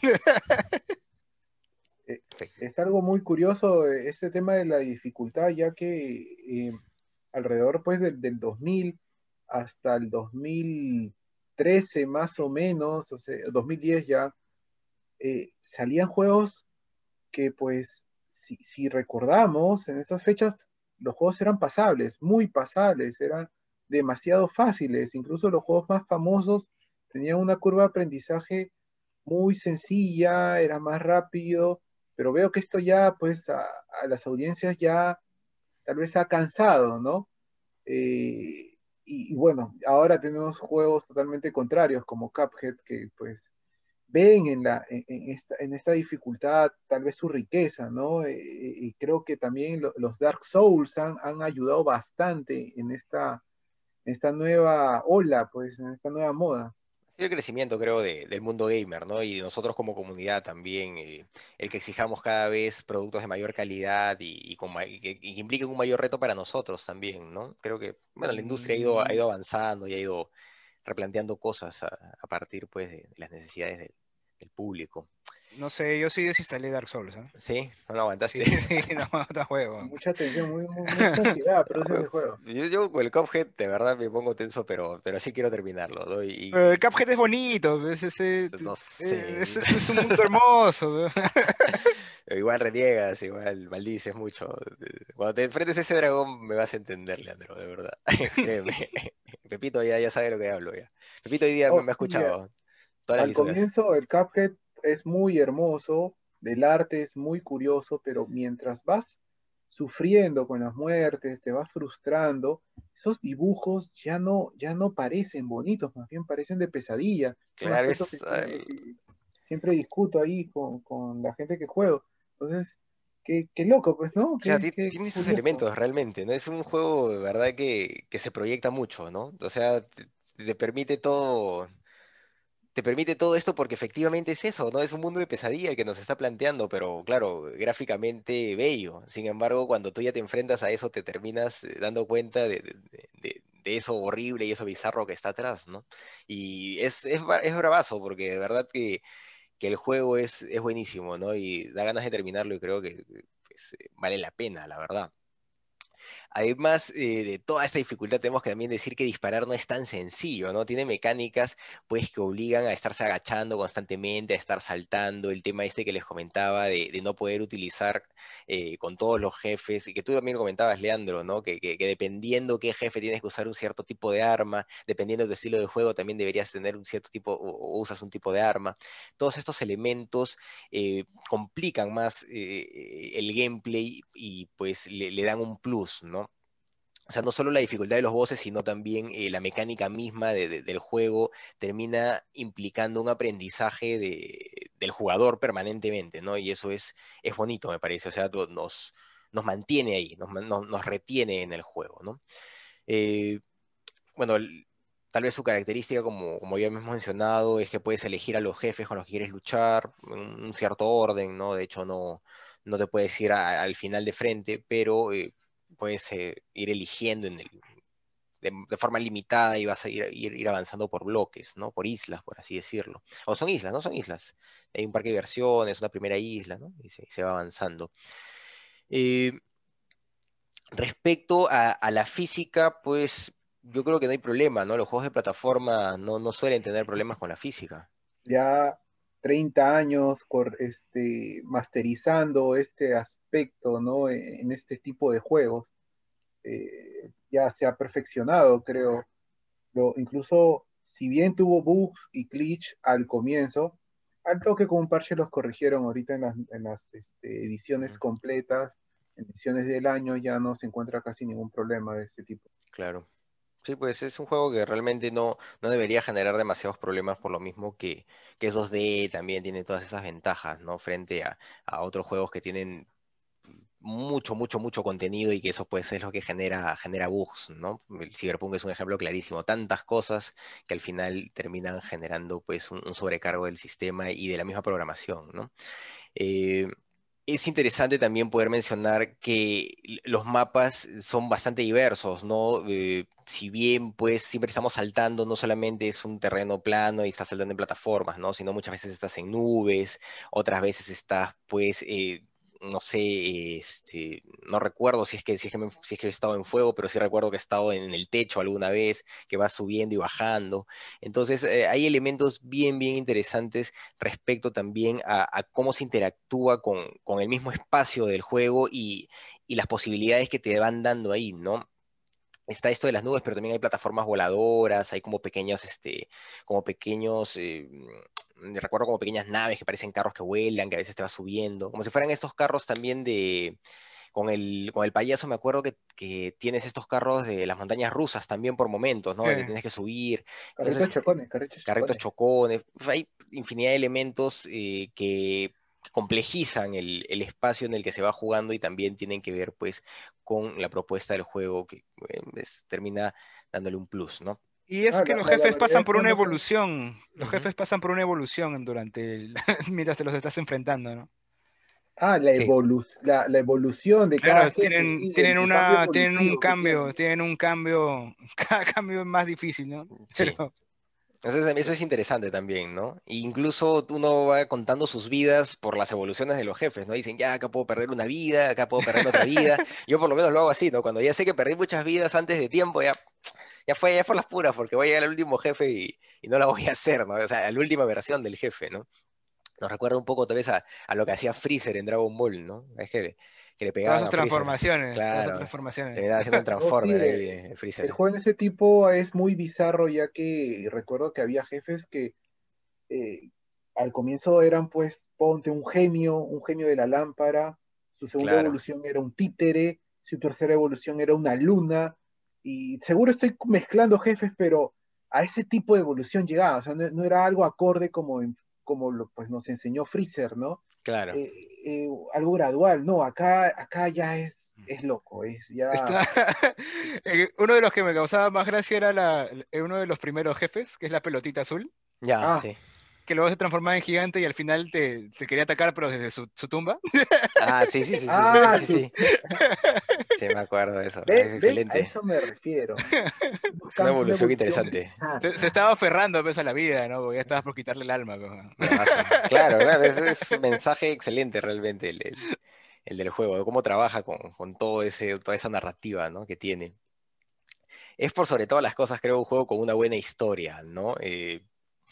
eh, perfecto. es algo muy curioso eh, este tema de la dificultad, ya que eh, alrededor pues del, del dos mil hasta el dos mil trece más o menos, o sea, dos mil diez ya, eh, salían juegos que pues si, si recordamos en esas fechas los juegos eran pasables, muy pasables, eran demasiado fáciles, incluso los juegos más famosos tenían una curva de aprendizaje muy sencilla, era más rápido, pero veo que esto ya pues a, a las audiencias ya tal vez ha cansado, ¿no? Eh, y, y, bueno, ahora tenemos juegos totalmente contrarios como Cuphead que pues ven en, la, en, en, esta, en esta dificultad tal vez su riqueza, ¿no? Eh, y creo que también lo, los Dark Souls han, han, ayudado bastante en esta, esta nueva ola, pues en esta nueva moda. Ha sido el crecimiento, creo, de- del mundo gamer, ¿no? Y de nosotros como comunidad también, eh, el que exijamos cada vez productos de mayor calidad y, y con ma- y que, y que impliquen un mayor reto para nosotros también, ¿no? Creo que, bueno, la industria ha ido, ha Mm, ido avanzando y ha ido replanteando cosas a, a partir, pues, de, de las necesidades del, del público. No sé, yo sí desinstalé Dark Souls, ¿eh? ¿Sí? ¿No lo Sí, aguantaste? sí, no, no juego. mucha tensión, muy, muy, mucha ansiedad produce ese juego. Yo, yo con el Cuphead de verdad me pongo tenso, pero, pero sí quiero terminarlo, ¿no? Pero el Y, Cuphead es bonito, es, ese, y no es, sé. es, es un mundo hermoso, ¿no? Pero igual reniegas, igual maldices mucho. Cuando te enfrentes a ese dragón me vas a entender, Leandro, de verdad. Créeme. Pepito ya, ya sabe lo que hablo ya. Pepito hoy día me, Oh, me ha sí, escuchado todas las al lisuras. comienzo el Cuphead es muy hermoso, el arte es muy curioso, pero mientras vas sufriendo con las muertes, te vas frustrando, esos dibujos ya no, ya no parecen bonitos, más bien parecen de pesadilla. Es un Claro, aspecto que es. siempre, Ay, que siempre discuto ahí con, con la gente que juego. Entonces, qué, qué loco, pues, ¿no? o sea, Qué, ti- qué tiene esos curioso. elementos realmente, ¿no? Es un juego de verdad que, que se proyecta mucho, ¿no? O sea, te, te permite todo. Te permite todo esto porque efectivamente es eso, ¿no? Es un mundo de pesadilla el que nos está planteando, pero claro, gráficamente bello. Sin embargo, cuando tú ya te enfrentas a eso, te terminas eh, dando cuenta de, de- de- de- de eso horrible y eso bizarro que está atrás, ¿no? Y es, es, ba- es bravazo, porque de verdad que, que el juego es, es buenísimo, ¿no? Y da ganas de terminarlo y creo que pues, eh, vale la pena, la verdad. Además eh, de toda esta dificultad, tenemos que también decir que disparar no es tan sencillo, ¿no? Tiene mecánicas, pues, que obligan a estarse agachando constantemente, a estar saltando, el tema este que les comentaba de, de no poder utilizar eh, con todos los jefes, y que tú también lo comentabas, Leandro, ¿no? Que, que- que dependiendo qué jefe tienes que usar un cierto tipo de arma, dependiendo del estilo de juego, también deberías tener un cierto tipo, o, o usas un tipo de arma. Todos estos elementos eh, complican más eh, el gameplay y pues le, le dan un plus, ¿no? O sea, no solo la dificultad de los bosses, sino también eh, la mecánica misma de- de- del juego termina implicando un aprendizaje de- del jugador permanentemente, ¿no? Y eso es, es bonito, me parece. O sea, to- nos, nos mantiene ahí, nos, man- nos, nos retiene en el juego, ¿no? Eh, bueno, el- tal vez su característica, como, como ya hemos mencionado, es que puedes elegir a los jefes con los que quieres luchar, en un cierto orden, ¿no? De hecho, no, no te puedes ir a- al final de frente, pero eh, puedes eh, ir eligiendo en el, de, de forma limitada y vas a ir, ir, ir avanzando por bloques, ¿no? Por islas, por así decirlo. O son islas, ¿no? Son islas. Hay un parque de diversiones, una primera isla, ¿no? Y se, se va avanzando. Eh, Respecto a, a la física, pues yo creo que no hay problema, ¿no? Los juegos de plataforma no, no suelen tener problemas con la física. Ya treinta años cor- este, masterizando este aspecto, ¿no? En, en este tipo de juegos. Eh, ya se ha perfeccionado, creo. Lo, incluso, si bien tuvo bugs y glitch al comienzo, al toque con un parche los corrigieron ahorita en las, en las este, ediciones Ujú. completas, en ediciones del año ya no se encuentra casi ningún problema de este tipo. Claro. Sí, pues es un juego que realmente no, no debería generar demasiados problemas por lo mismo que, que es dos D también tiene todas esas ventajas, ¿no? Frente a, a otros juegos que tienen mucho, mucho, mucho contenido y que eso pues es lo que genera, genera bugs, ¿no? El Cyberpunk es un ejemplo clarísimo, tantas cosas que al final terminan generando pues un, un sobrecargo del sistema y de la misma programación, ¿no? Eh, Es interesante también poder mencionar que l- los mapas son bastante diversos, ¿no? Eh, si bien pues siempre estamos saltando, no solamente es un terreno plano y estás saltando en plataformas, ¿no? Sino muchas veces estás en nubes, otras veces estás pues, eh, no sé, este, no recuerdo si es que, si es que, me- si es que he estado en fuego, pero sí recuerdo que he estado en el techo alguna vez, que vas subiendo y bajando. Entonces, eh, hay elementos bien, bien interesantes respecto también a, a cómo se interactúa con, con el mismo espacio del juego y, y las posibilidades que te van dando ahí, ¿no? Está esto de las nubes, pero también hay plataformas voladoras, hay como pequeños, este, como pequeños, eh, mm, recuerdo como pequeñas naves que parecen carros que vuelan, que a veces te vas subiendo, como si fueran estos carros también de, con el, con el payaso me acuerdo que, que tienes estos carros de las montañas rusas también por momentos, ¿no? Que Eh, tienes que subir. Carritos Entonces, chocones, carritos carritos chocones. chocones, pues, hay infinidad de elementos eh, que que complejizan el, el espacio en el que se va jugando y también tienen que ver pues con la propuesta del juego que eh, es- termina dándole un plus, ¿no? y es Ah, que la, los la, la jefes variedad pasan de por una temas es... evolución. Los Ujú. jefes pasan por una evolución durante el- mientras te los estás enfrentando, ¿no? Ah, la, Sí, evolu la, la evolución de cada Claro, jefe, tienen, sí, el, tienen el cambio una, tienen un evolutivo que cambio, tienen. tienen un cambio, cada cambio es más difícil, ¿no? sí. Pero Entonces eso es interesante también, ¿no? E incluso uno va contando sus vidas por las evoluciones de los jefes, ¿no? Dicen, ya acá puedo perder una vida, acá puedo perder otra vida. Yo por lo menos lo hago así, ¿no? Cuando ya sé que perdí muchas vidas antes de tiempo, ya ya fue, ya por las puras, porque voy a llegar al último jefe y, y no la voy a hacer, ¿no? O sea, a la última versión del jefe, ¿no? Nos recuerda un poco tal vez a, a lo que hacía Freezer en Dragon Ball, ¿no? Es que, que le todas pegaban sus a Freezer. transformaciones, todas sus Claro, transformaciones. terminaba siendo un No, Transformer sí, ahí, eh, eh, el Freezer. juego de ese tipo es muy bizarro, ya que recuerdo que había jefes que eh, al comienzo eran pues, ponte un genio, un genio de la lámpara, su segunda Claro. evolución era un títere, su tercera evolución era una luna, y seguro estoy mezclando jefes, pero a ese tipo de evolución llegaba, o sea, no, no era algo acorde como, en- como lo, pues, nos enseñó Freezer, ¿no? Claro. Eh, eh, algo gradual, no, acá, acá ya es, es loco, es ya... Está... eh, uno de los que me causaba más gracia era la, eh, uno de los primeros jefes, que es la pelotita azul, Ya, Ah, sí. que luego se transformaba en gigante y al final te, te quería atacar, pero desde su, su tumba. Ah, sí, sí, sí, sí, sí, sí, ah, sí, su- sí. Sí, me acuerdo de eso. Ah, ve, es ve, a excelente. eso me refiero. Unos Es una cambios, una evolución evolución interesante. Se, se bizarra. estaba aferrando pues, a la vida, ¿no? Porque ya estabas por quitarle el alma, pues. Bravazo. Claro, claro, ese es un mensaje excelente realmente el, el- el del juego, de cómo trabaja con, con todo ese, toda esa narrativa, ¿no? que tiene. Es por sobre todas las cosas, creo, un juego con una buena historia, ¿no? Eh,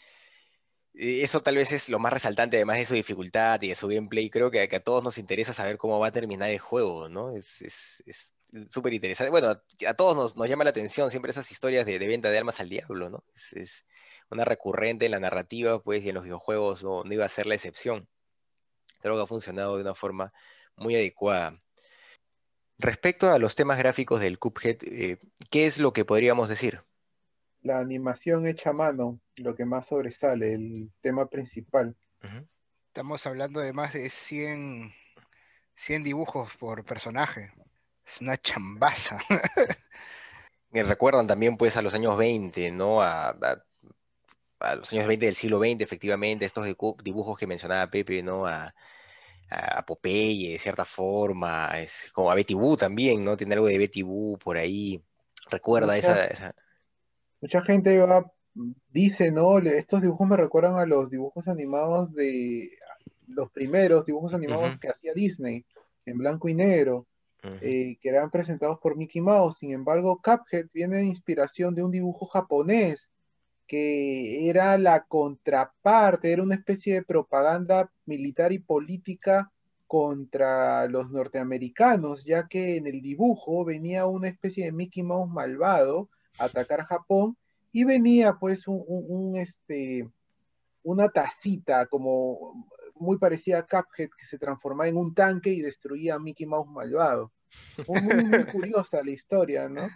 eh, eso tal vez es lo más resaltante, además de su dificultad y de su gameplay. Creo que, que a todos nos interesa saber cómo va a terminar el juego, ¿no? Es, es, es súper interesante. Bueno, a, a todos nos, nos llama la atención siempre esas historias de, de venta de almas al diablo, ¿no? Es, es una recurrente en la narrativa, pues, y en los videojuegos no, no iba a ser la excepción. Creo que ha funcionado de una forma muy adecuada. Respecto a los temas gráficos del Cuphead, eh, ¿qué es lo que podríamos decir? La animación hecha a mano, lo que más sobresale, el tema principal. Ujú. Estamos hablando de más de cien cien dibujos por personaje. Es una chambaza. Me recuerdan también pues a los años veinte, ¿no? A, a- a los años veinte del siglo veinte, efectivamente, estos dicu- dibujos que mencionaba Pepe, ¿no? A, a, a Popeye, de cierta forma, es como a Betty Boo también, ¿no? Tiene algo de Betty Boo por ahí. Recuerda Mucha, esa, esa... mucha gente va, dice, ¿no? Le- Estos dibujos me recuerdan a los dibujos animados de los primeros dibujos animados Ujú, que hacía Disney, en blanco y negro, ujú. eh, que eran presentados por Mickey Mouse. Sin embargo, Cuphead viene de inspiración de un dibujo japonés que era la contraparte, era una especie de propaganda militar y política contra los norteamericanos, ya que en el dibujo venía una especie de Mickey Mouse malvado a atacar Japón y venía pues un, un, un, este, una tacita como muy parecida a Cuphead que se transformaba en un tanque y destruía a Mickey Mouse malvado. Muy, muy, muy curiosa la historia, ¿no?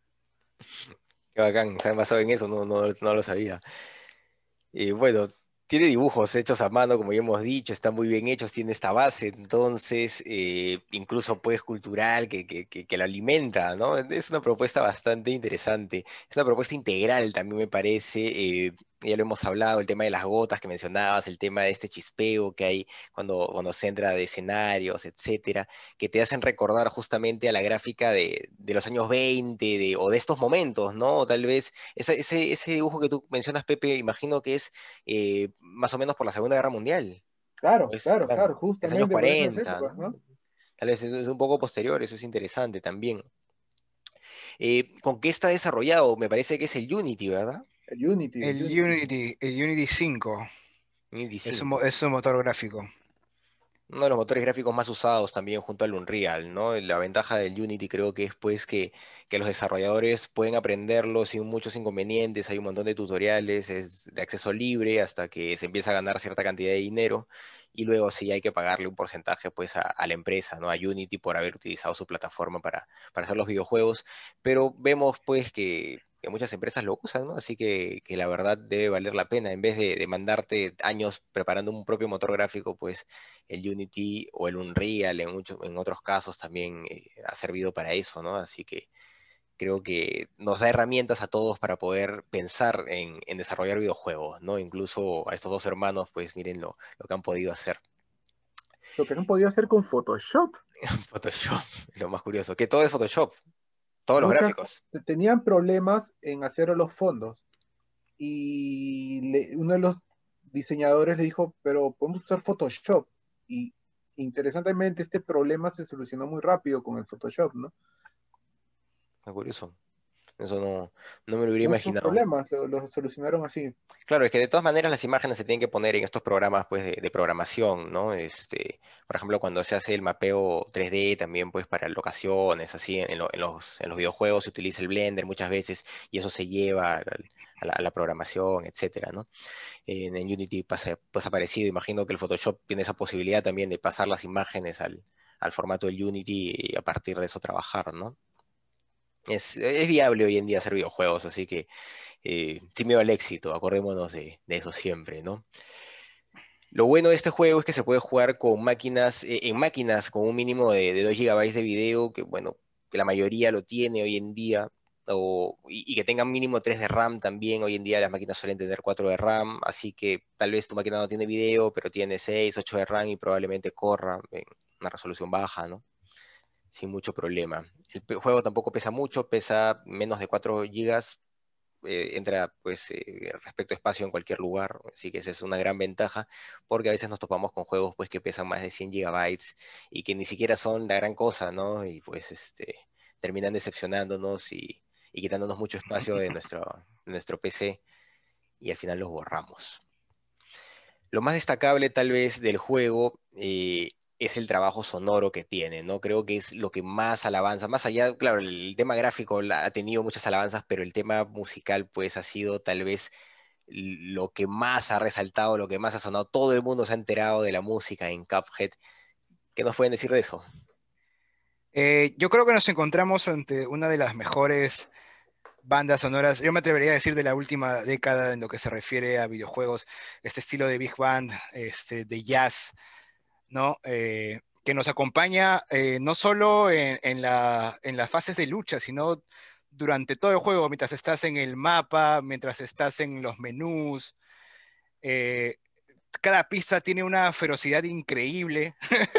Qué bacán, se han basado en eso, no, no, no lo sabía. Y bueno, tiene dibujos hechos a mano, como ya hemos dicho, están muy bien hechos, tiene esta base, entonces, eh, incluso pues cultural que, que, que, que lo alimenta, ¿no? Es una propuesta bastante interesante, es una propuesta integral también me parece. eh, ya lo hemos hablado, el tema de las gotas que mencionabas, el tema de este chispeo que hay cuando, cuando se entra de escenarios, etcétera, que te hacen recordar justamente a la gráfica de, de los años veinte de, o de estos momentos, ¿no? O tal vez esa- ese, ese dibujo que tú mencionas, Pepe, imagino que es eh, más o menos por la Segunda Guerra Mundial. Claro, Pues, claro, claro, claro, es años justamente por esas cuarenta, épocas, ¿no? ¿no? Tal vez es, es un poco posterior, eso es interesante también. Eh, ¿con qué está desarrollado? Me parece que es el Unity, ¿verdad? El Unity, El el Unity. Unity, el Unity cinco Unity es un, mo- cinco. es un motor gráfico. Uno de los motores gráficos más usados también junto al Unreal, ¿no? La ventaja del Unity creo que es pues que, que los desarrolladores pueden aprenderlo sin muchos inconvenientes, hay un montón de tutoriales, es de acceso libre hasta que se empieza a ganar cierta cantidad de dinero y luego sí hay que pagarle un porcentaje pues a, a la empresa, ¿no? A Unity por haber utilizado su plataforma para, para hacer los videojuegos, pero vemos pues que, que muchas empresas lo usan, ¿no? Así que, que la verdad debe valer la pena, en vez de, de mandarte años preparando un propio motor gráfico, pues el Unity o el Unreal en, muchos, en otros casos también eh, ha servido para eso, ¿no? Así que creo que nos da herramientas a todos para poder pensar en, en desarrollar videojuegos, ¿no? Incluso a estos dos hermanos, pues miren lo, lo que han podido hacer. Lo que han podido hacer con Photoshop. Photoshop, lo más curioso, que todo es Photoshop, todos los Muchas gráficos. tenían problemas en hacer los fondos. Y le- uno de los diseñadores le dijo, pero podemos usar Photoshop. Y interesantemente este problema se solucionó muy rápido con el Photoshop, ¿no? Muy curioso. Eso no, no me lo hubiera Muchos imaginado. problemas lo, lo solucionaron así. Claro, es que de todas maneras las imágenes se tienen que poner en estos programas pues, de, de programación, ¿no? Este, por ejemplo, cuando se hace el mapeo tres D también pues para locaciones, así en, lo- en los, en los videojuegos se utiliza el Blender muchas veces y eso se lleva al- a la, a la programación, etcétera, ¿no? En, en Unity pasa, pasa parecido, imagino que el Photoshop tiene esa posibilidad también de pasar las imágenes al, al formato del Unity y a partir de eso trabajar, ¿no? Es, es viable hoy en día hacer videojuegos, así que eh, sin miedo al éxito, acordémonos de, de eso siempre, ¿no? Lo bueno de este juego es que se puede jugar con máquinas, eh, en máquinas con un mínimo de, de dos gigabytes de video, que bueno, que la mayoría lo tiene hoy en día, o, y, y que tengan mínimo tres de RAM también. Hoy en día las máquinas suelen tener cuatro de RAM, así que tal vez tu máquina no tiene video, pero tiene seis, ocho de RAM y probablemente corra en una resolución baja, ¿no? Sin mucho problema. El pe- juego tampoco pesa mucho, pesa menos de cuatro gigas, eh, entra pues eh, respecto a espacio en cualquier lugar, así que esa es una gran ventaja, porque a veces nos topamos con juegos pues que pesan más de cien gigabytes y que ni siquiera son la gran cosa, ¿no? Y pues este, terminan decepcionándonos y, y quitándonos mucho espacio de nuestro, de nuestro P C y al final los borramos. Lo más destacable tal vez del juego eh, es el trabajo sonoro que tiene, ¿no? Creo que es lo que más alabanza, más allá, claro, el tema gráfico la- ha tenido muchas alabanzas, pero el tema musical pues ha sido tal vez lo que más ha resaltado, lo que más ha sonado. Todo el mundo se ha enterado de la música en Cuphead. ¿Qué nos pueden decir de eso? Eh, yo creo que nos encontramos ante una de las mejores bandas sonoras, yo me atrevería a decir de la última década en lo que se refiere a videojuegos, este estilo de big band, este, de jazz, ¿no? Eh, que nos acompaña eh, no solo en, en la, en las fases de lucha, sino durante todo el juego, mientras estás en el mapa, mientras estás en los menús. eh, Cada pista tiene una ferocidad increíble.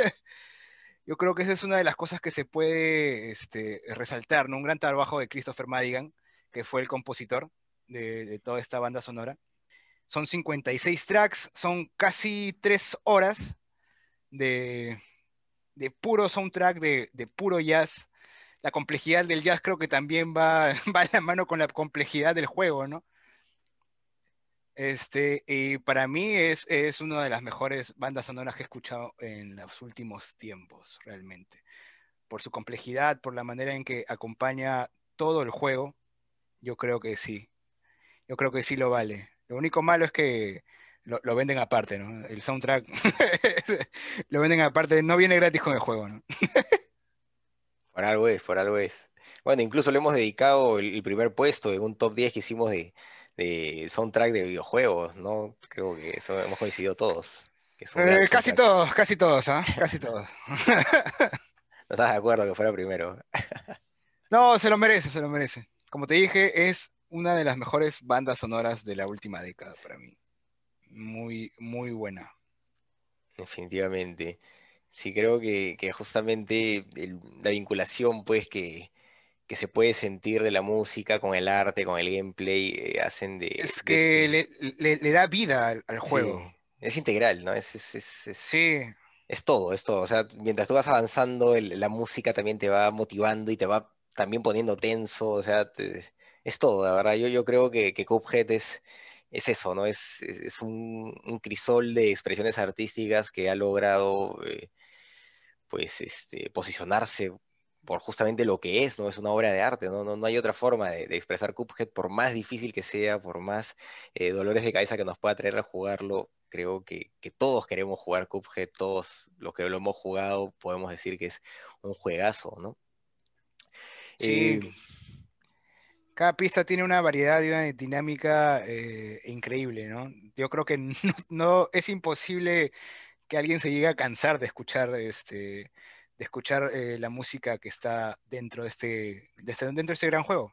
Yo creo que esa es una de las cosas que se puede este, resaltar, ¿no? Un gran trabajo de Christopher Madigan, que fue el compositor de, de toda esta banda sonora. Son cincuenta y seis tracks, son casi tres horas de, de puro soundtrack, de, de puro jazz. La complejidad del jazz creo que también va, va de la mano con la complejidad del juego, ¿no? Este, y para mí es, es una de las mejores bandas sonoras que he escuchado en los últimos tiempos, realmente. Por su complejidad, por la manera en que acompaña todo el juego, yo creo que sí. Yo creo que sí lo vale. Lo único malo es que lo, lo venden aparte, ¿no? El soundtrack lo venden aparte, no viene gratis con el juego, ¿no? Por algo es, por algo es. Bueno, incluso le hemos dedicado el, el primer puesto en un top diez que hicimos de, de soundtrack de videojuegos, ¿no? Creo que eso hemos coincidido todos, que es un gran Eh, casi soundtrack. todos, casi todos, ¿ah? Casi todos. ¿No estás de acuerdo que fuera primero? No, se lo merece, se lo merece. Como te dije, es una de las mejores bandas sonoras de la última década para mí. Muy, muy buena. Definitivamente. Sí, creo que, que justamente el- la vinculación, pues, que, que se puede sentir de la música con el arte, con el gameplay, eh, hacen de, Es de que este. le, le- le da vida al, al juego. Sí, es integral, ¿no? Es, es, es, es, Sí, es todo, es todo. O sea, mientras tú vas avanzando, el- la música también te va motivando y te va también poniendo tenso. O sea, te- es todo, la verdad. Yo, yo creo que, que Cuphead es, es eso, ¿no? Es, es, es un, un crisol de expresiones artísticas que ha logrado, eh, pues, este, posicionarse por justamente lo que es, ¿no? Es una obra de arte, ¿no? No, no hay otra forma de, de expresar Cuphead, por más difícil que sea, por más eh, dolores de cabeza que nos pueda traer a jugarlo. Creo que, que todos queremos jugar Cuphead, todos los que lo hemos jugado podemos decir que es un juegazo, ¿no? sí. Eh, Cada pista tiene una variedad y una dinámica eh, increíble, ¿no? Yo creo que no, no- es imposible que alguien se llegue a cansar de escuchar este, de escuchar eh, la música que está dentro de este, de este- dentro de este gran juego.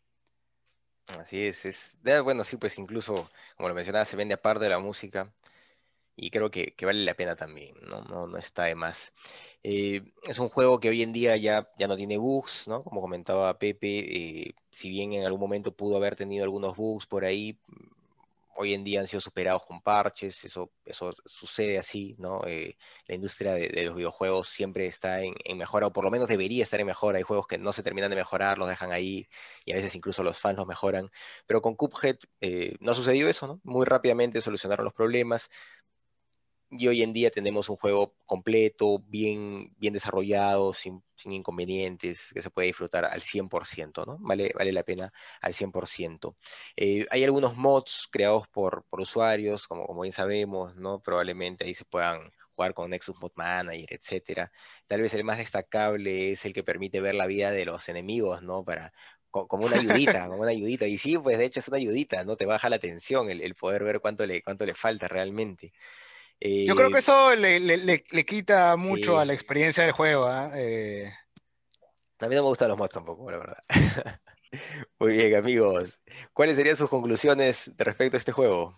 Así es, es, eh, bueno, sí, pues incluso, como lo mencionaba, se vende aparte de la música. Y creo que, que vale la pena también, ¿no? No, no está de más. Eh, es un juego que hoy en día ya, ya no tiene bugs, ¿no? Como comentaba Pepe, eh, si bien en algún momento pudo haber tenido algunos bugs por ahí, mm, hoy en día han sido superados con parches, eso, eso sucede así, ¿no? Eh, la industria de, de los videojuegos siempre está en, en mejora, o por lo menos debería estar en mejora. Hay juegos que no se terminan de mejorar, los dejan ahí, y a veces incluso los fans los mejoran. Pero con Cuphead eh, no ha sucedido eso, ¿no? Muy rápidamente solucionaron los problemas y hoy en día tenemos un juego completo, bien, bien desarrollado, sin, sin inconvenientes, que se puede disfrutar al cien por ciento, ¿no? Vale, vale la pena al cien por ciento. Eh, hay algunos mods creados por, por usuarios, como, como bien sabemos, ¿no? Probablemente ahí se puedan jugar con Nexus Mod Manager, etcétera. Tal vez el más destacable es el que permite ver la vida de los enemigos, ¿no? Para, co- como una ayudita, como una ayudita. Y sí, pues de hecho es una ayudita, ¿no? Te baja la tensión el, el poder ver cuánto le, cuánto le falta realmente. Yo creo que Eh, eso le, le- le- le quita mucho sí, a la experiencia del juego, ¿ah? Eh, a mí no me gustan los mods tampoco, la verdad. Muy bien, amigos. ¿Cuáles serían sus conclusiones de respecto a este juego?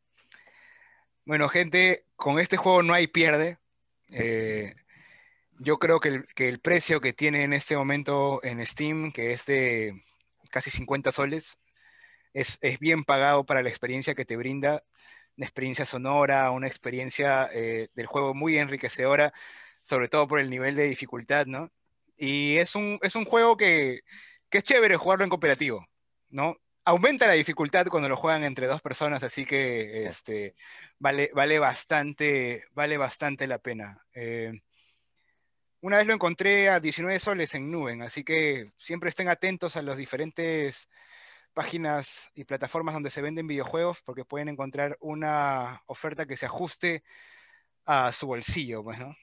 bueno, gente, con este juego no hay pierde. Eh, yo creo que el, que el precio que tiene en este momento en Steam, que es de casi cincuenta soles, es, es bien pagado para la experiencia que te brinda, una experiencia sonora, una experiencia eh, del juego muy enriquecedora, sobre todo por el nivel de dificultad, ¿no? Y es un, es un juego que, que es chévere jugarlo en cooperativo, ¿no? Aumenta la dificultad cuando lo juegan entre dos personas, así que Eh, este, vale, vale bastante, vale bastante la pena. Eh, una vez lo encontré a diecinueve soles en Nuben, así que siempre estén atentos a los diferentes páginas y plataformas donde se venden videojuegos porque pueden encontrar una oferta que se ajuste a su bolsillo, pues, ¿no?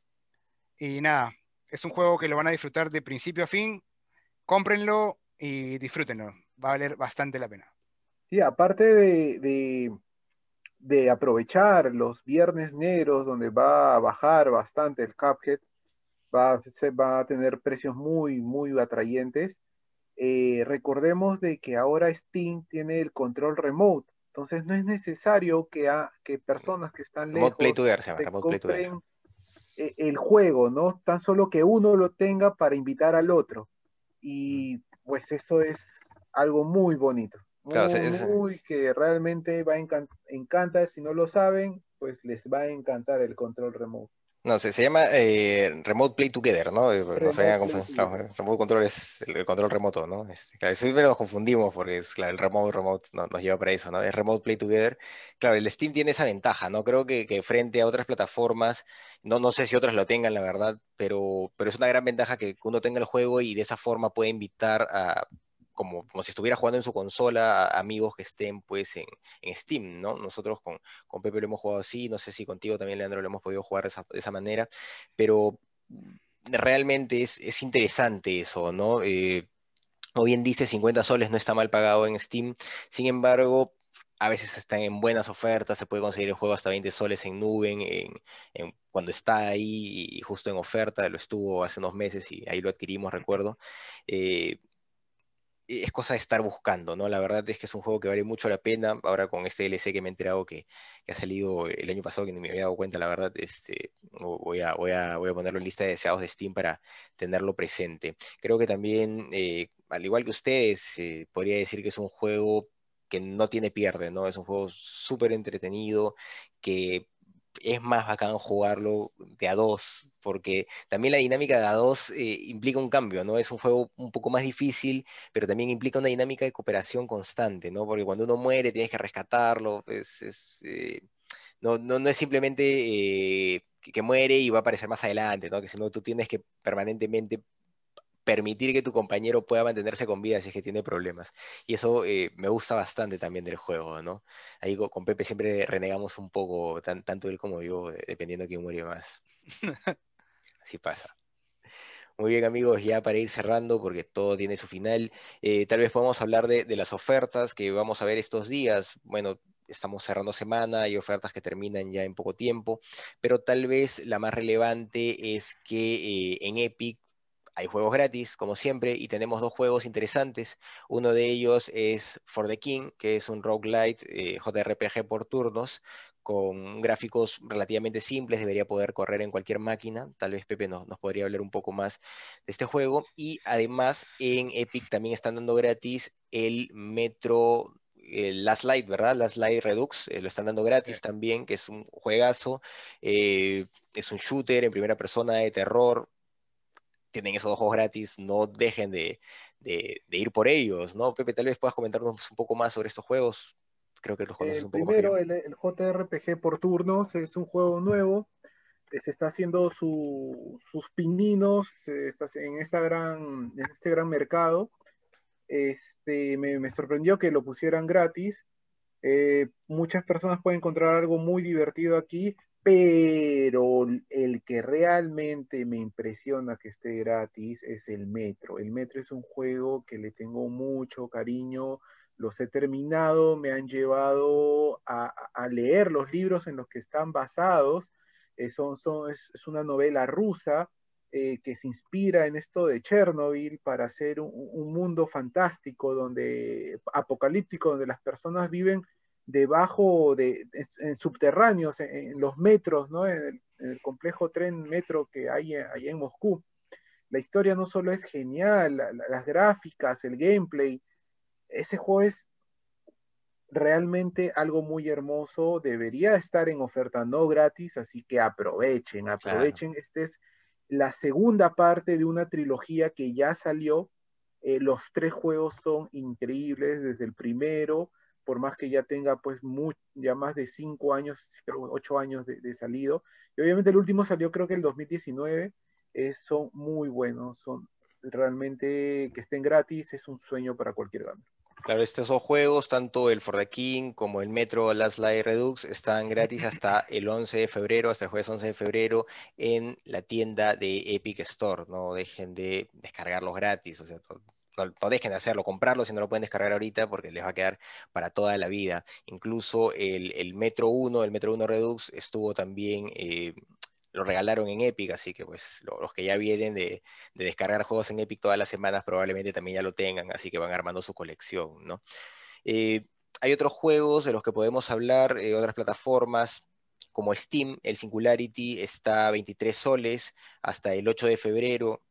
Y nada, es un juego que lo van a disfrutar de principio a fin, cómprenlo y disfrútenlo, va a valer bastante la pena. Sí, aparte de, de, de aprovechar los viernes negros donde va a bajar bastante el Cuphead, va, a- se va a tener precios muy, muy atrayentes. Eh, recordemos de que ahora Steam tiene el control remote, entonces no es necesario que, a- que personas que están Remote Play lejos Together se llama, se Remote Play Together. compren eh, el juego, ¿no? Tan solo que uno lo tenga para invitar al otro. Mm. Y pues eso es algo muy bonito, Claro, muy, se- es, muy que realmente va a encan- encanta, si no lo saben, pues les va a encantar el control remote. no, se, se llama eh, Remote Play Together, ¿no? Eh, No se Remote vayan a Play confundir. Claro, Together. el remote control es el, el control remoto, ¿no? Este, claro, siempre nos confundimos porque es, claro, el remote, remote no- nos lleva para eso, ¿no? Es Remote Play Together. Claro, el Steam tiene esa ventaja, ¿no? Creo que, que frente a otras plataformas, no, no sé si otras lo tengan, la verdad, pero, pero es una gran ventaja que uno tenga el juego y de esa forma puede invitar a, como, como si estuviera jugando en su consola, a amigos que estén, pues, en, en Steam, ¿no? Nosotros con, con Pepe lo hemos jugado así, no sé si contigo también, Leandro, lo hemos podido jugar de esa, de esa manera, pero realmente es, es interesante eso, ¿no? Eh, como bien dice, cincuenta soles no está mal pagado en Steam, sin embargo, a veces están en buenas ofertas, se puede conseguir el juego hasta veinte soles en Nuben, en, en- cuando está ahí y justo en oferta, lo estuvo hace unos meses y ahí lo adquirimos, recuerdo. Eh, es cosa de estar buscando, ¿no? La verdad es que es un juego que vale mucho la pena. Ahora con este D L C que me he enterado que, que ha salido el año pasado, que ni me había dado cuenta, la verdad, este, voy a, voy a, voy a ponerlo en lista de deseados de Steam para tenerlo presente. Creo que también, eh, al igual que ustedes, eh, podría decir que es un juego que no tiene pierde, ¿no? Es un juego súper entretenido, que es más bacán jugarlo de a dos, porque también la dinámica de a dos eh, implica un cambio, ¿no? Es un juego un poco más difícil, pero también implica una dinámica de cooperación constante, ¿no? Porque cuando uno muere tienes que rescatarlo, pues, es, eh, no, no, no es simplemente eh, que, que muere y va a aparecer más adelante, ¿no? Que sino tú tienes que permanentemente permitir que tu compañero pueda mantenerse con vida si es que tiene problemas. Y eso eh, me gusta bastante también del juego, ¿no? Ahí co- con, Pepe siempre renegamos un poco, tan- tanto él como yo, de- dependiendo de quién muere más. Así pasa. Muy bien, amigos, ya para ir cerrando, porque todo tiene su final, eh, tal vez podamos hablar de, de las ofertas que vamos a ver estos días. Bueno, estamos cerrando semana, hay ofertas que terminan ya en poco tiempo, pero tal vez la más relevante es que eh, en Epic hay juegos gratis, como siempre, y tenemos dos juegos interesantes. Uno de ellos es For the King, que es un roguelite eh, J R P G por turnos, con gráficos relativamente simples, debería poder correr en cualquier máquina. Tal vez Pepe nos, nos podría hablar un poco más de este juego. Y además en Epic también están dando gratis el Metro, el Last Light, ¿verdad? Last Light Redux, eh, lo están dando gratis también, que es un juegazo. eh, es un shooter en primera persona de terror. Tienen esos dos juegos gratis, no dejen de, de- de ir por ellos, ¿no? Pepe, tal vez puedas comentarnos un poco más sobre estos juegos. Creo que los conoces El un poco más que yo. primero, el, el J R P G por turnos, es un juego nuevo. eh, Se está haciendo su- sus pininos eh, está en, esta gran, en este gran mercado. Este, me, me sorprendió que lo pusieran gratis. Eh, muchas personas pueden encontrar algo muy divertido aquí, pero el que realmente me impresiona que esté gratis es el Metro. El Metro es un juego que le tengo mucho cariño, los he terminado, me han llevado a, a leer los libros en los que están basados. Eh, son, son, es, es una novela rusa eh, que se inspira en esto de Chernobyl para hacer un, un, mundo fantástico, donde, apocalíptico, donde las personas viven debajo de, en subterráneos, en, en los metros, ¿no? En el, en el, complejo tren metro que hay allá en Moscú. La historia no solo es genial, la, la, las gráficas, el gameplay, ese juego es realmente algo muy hermoso, debería estar en oferta no gratis, así que aprovechen, Claro. aprovechen. Esta es la segunda parte de una trilogía que ya salió. Eh, los tres juegos son increíbles desde el primero, por más que ya tenga pues muy, ya más de cinco años, creo ocho años de, de salido. Y obviamente el último salió creo que el dos mil diecinueve. Eh, son muy buenos, son realmente que estén gratis, es un sueño para cualquier gamer. Claro, estos dos juegos, tanto el For the King como el Metro Last Light Redux, están gratis hasta el once de febrero, hasta el jueves once de febrero, en la tienda de Epic Store. No dejen de descargarlos gratis, o sea, no, no- no dejen de hacerlo, comprarlo si no lo pueden descargar ahorita porque les va a quedar para toda la vida. Incluso el, el Metro uno, el Metro uno Redux, estuvo también, eh, lo regalaron en Epic, así que pues lo- los que ya vienen de de descargar juegos en Epic todas las semanas, probablemente también ya lo tengan, así que van armando su colección, ¿no? Eh, Hay otros juegos de los que podemos hablar, eh, otras plataformas, como Steam, el Singularity está a veintitrés soles hasta el ocho de febrero.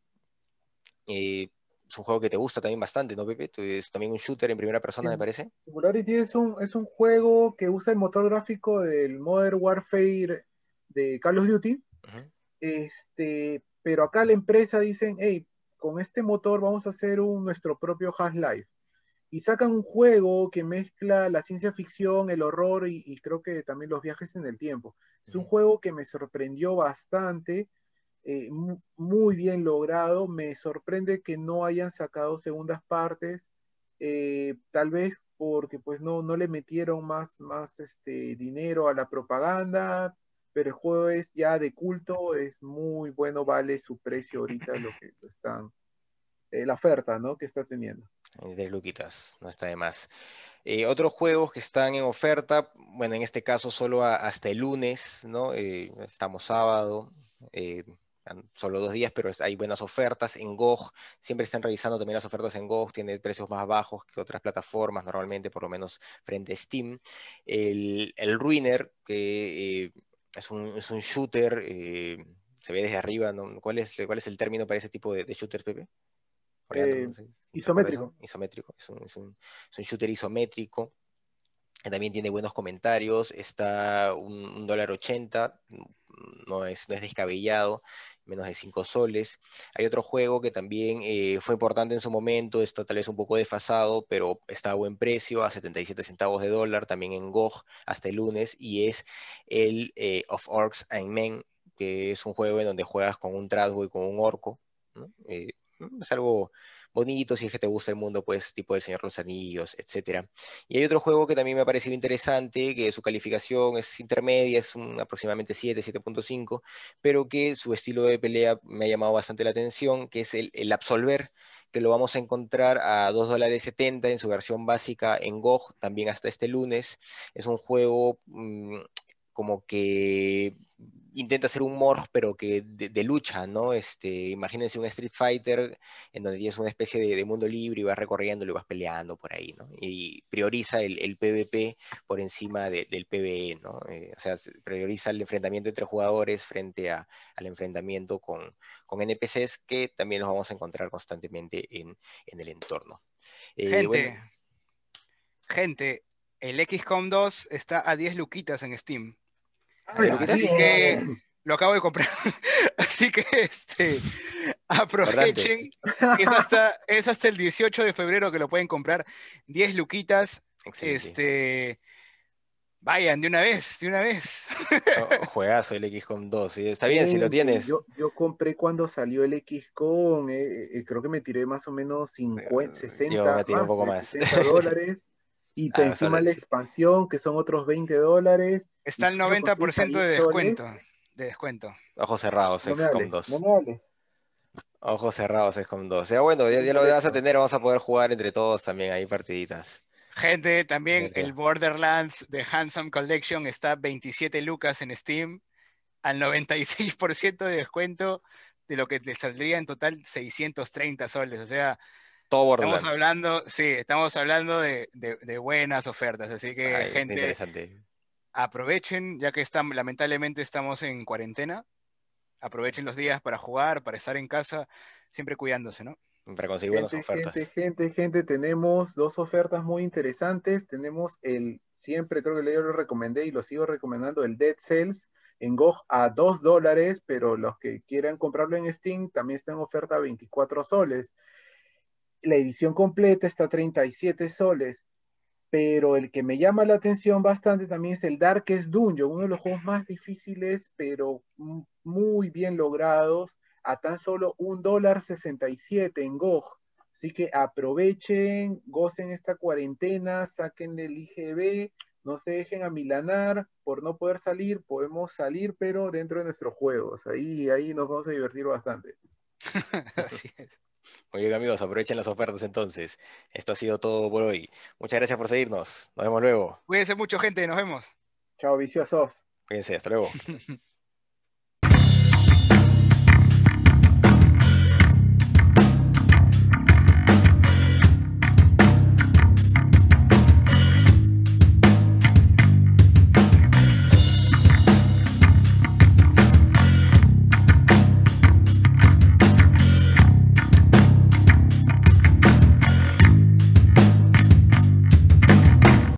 Eh, es un juego que te gusta también bastante, ¿no, Pepe? Tú- Es también un shooter en primera persona, me parece. Singularity es un, es un juego que usa el motor gráfico del Modern Warfare de Call of Duty. Ujú. Este, pero acá la empresa dicen, hey, con este motor vamos a hacer un, nuestro propio Half-Life. Y sacan un juego que mezcla la ciencia ficción, el horror y, y creo que también los viajes en el tiempo. Es un Ujú. juego que me sorprendió bastante, eh, muy bien logrado. Me sorprende que no hayan sacado segundas partes, eh, tal vez porque pues no, no le metieron más, más este, dinero a la propaganda, pero el juego es ya de culto, es muy bueno, vale su precio ahorita lo que lo están, eh, la oferta, ¿no? Que está teniendo. Eh, De luquitas, no está de más. Eh, otros juegos que están en oferta, bueno, en este caso solo a- hasta el lunes, ¿no? Eh, estamos sábado, eh, quedan solo dos días, pero es- hay buenas ofertas en G O G. Siempre están revisando también las ofertas en G O G, tiene precios más bajos que otras plataformas, normalmente, por lo menos frente a Steam. El, el Ruiner, que eh, es un, es un shooter, eh, se ve desde arriba, ¿no? ¿Cuál es, cuál es el término para ese tipo de, de shooters, Pepe? Coreano, Eh, no sé, ¿recuerdas eso? isométrico. Isométrico, es un, es un- es un shooter isométrico que también tiene buenos comentarios, está un, un dólar ochenta, no es, no es descabellado, menos de cinco soles. Hay otro juego que también eh, fue importante en su momento, está tal vez un poco desfasado, pero está a buen precio, a setenta y siete centavos de dólar, también en G O G hasta el lunes, y es el eh, Of Orcs and Men, que es un juego en donde juegas con un trasgo y con un orco, ¿no? Eh, es algo bonito si es que te gusta el mundo, pues, tipo El Señor de los Anillos, etcétera. Y hay otro juego que también me ha parecido interesante, que su calificación es intermedia, es un aproximadamente siete, siete punto cinco, pero que su estilo de pelea me ha llamado bastante la atención, que es el, el Absolver, que lo vamos a encontrar a dos dólares setenta en su versión básica en G O G, también hasta este lunes. Es un juego mm, como que intenta hacer un morph, pero que de, de lucha, ¿no? Este, imagínense un Street Fighter en donde tienes una especie de, de mundo libre y vas recorriendo y vas peleando por ahí, ¿no? Y prioriza el, el PvP por encima de- del PvE, ¿no? Eh, o sea, se prioriza el enfrentamiento entre jugadores frente a- al enfrentamiento con, con N P Cs que también los vamos a encontrar constantemente en, en el entorno. Eh, bueno, Gente, gente, el X COM dos está a diez luquitas en Steam. ¿a diez ¡Hala, Así luquitas? que bien! lo acabo de comprar. Así que este, Importante. aprovechen. Es hasta, es hasta el dieciocho de febrero que lo pueden comprar. diez luquitas. Excelente. Este, vayan de una vez, de una vez. Oh, juegazo el X COM dos, ¿sí? Está bien si lo Gente, tienes. yo, yo compré cuando salió el X COM, eh, eh, creo que me tiré más o menos cincuenta, Eh, Yo sesenta, me tiré un más poco de más. sesenta dólares, y te- Ah, solo encima la el- expansión, que son otros veinte dólares, Está y al tú lo noventa por consigues a ciento de diez descuento. soles. De descuento. Ojos cerrados, No me X COM hables, no dos. me hables. Ojos cerrados, X COM dos. Ya bueno, ya, Solo ya lo por vas a eso. tener, vamos a poder jugar entre todos también ahí partiditas. Gente, también el Divertido. Borderlands de Handsome Collection está veintisiete lucas en Steam, al noventa y seis por ciento de descuento, de lo que le saldría en total seiscientos treinta soles. O sea, Todo estamos Borderlands. hablando, sí, estamos hablando de, de- de buenas ofertas. Así que, Ay, está gente, interesante. aprovechen, ya que estamos, lamentablemente estamos en cuarentena, aprovechen los días para jugar, para estar en casa, siempre cuidándose, ¿no? Para conseguir buenas Gente, gente, ofertas. gente, gente, tenemos dos ofertas muy interesantes. Tenemos el, siempre creo que yo lo recomendé y lo sigo recomendando, el Dead Cells en G O G a dos dólares, pero los que quieran comprarlo en Steam también está en oferta a veinticuatro soles. La edición completa está a treinta y siete soles, pero el que me llama la atención bastante también es el Darkest Dungeon, uno de los juegos más difíciles, pero muy bien logrados, a tan solo un dólar sesenta y siete en G O G. Así que aprovechen, gocen esta cuarentena, saquen el I G B, no se dejen amilanar por no poder salir, podemos salir, pero dentro de nuestros juegos. Ahí, ahí nos vamos a divertir bastante. Así es. Muy bien, amigos, aprovechen las ofertas entonces. Esto ha sido todo por hoy. Muchas gracias por seguirnos. Nos vemos luego. Cuídense mucho, gente, nos vemos. Chao, viciosos. Cuídense, hasta luego.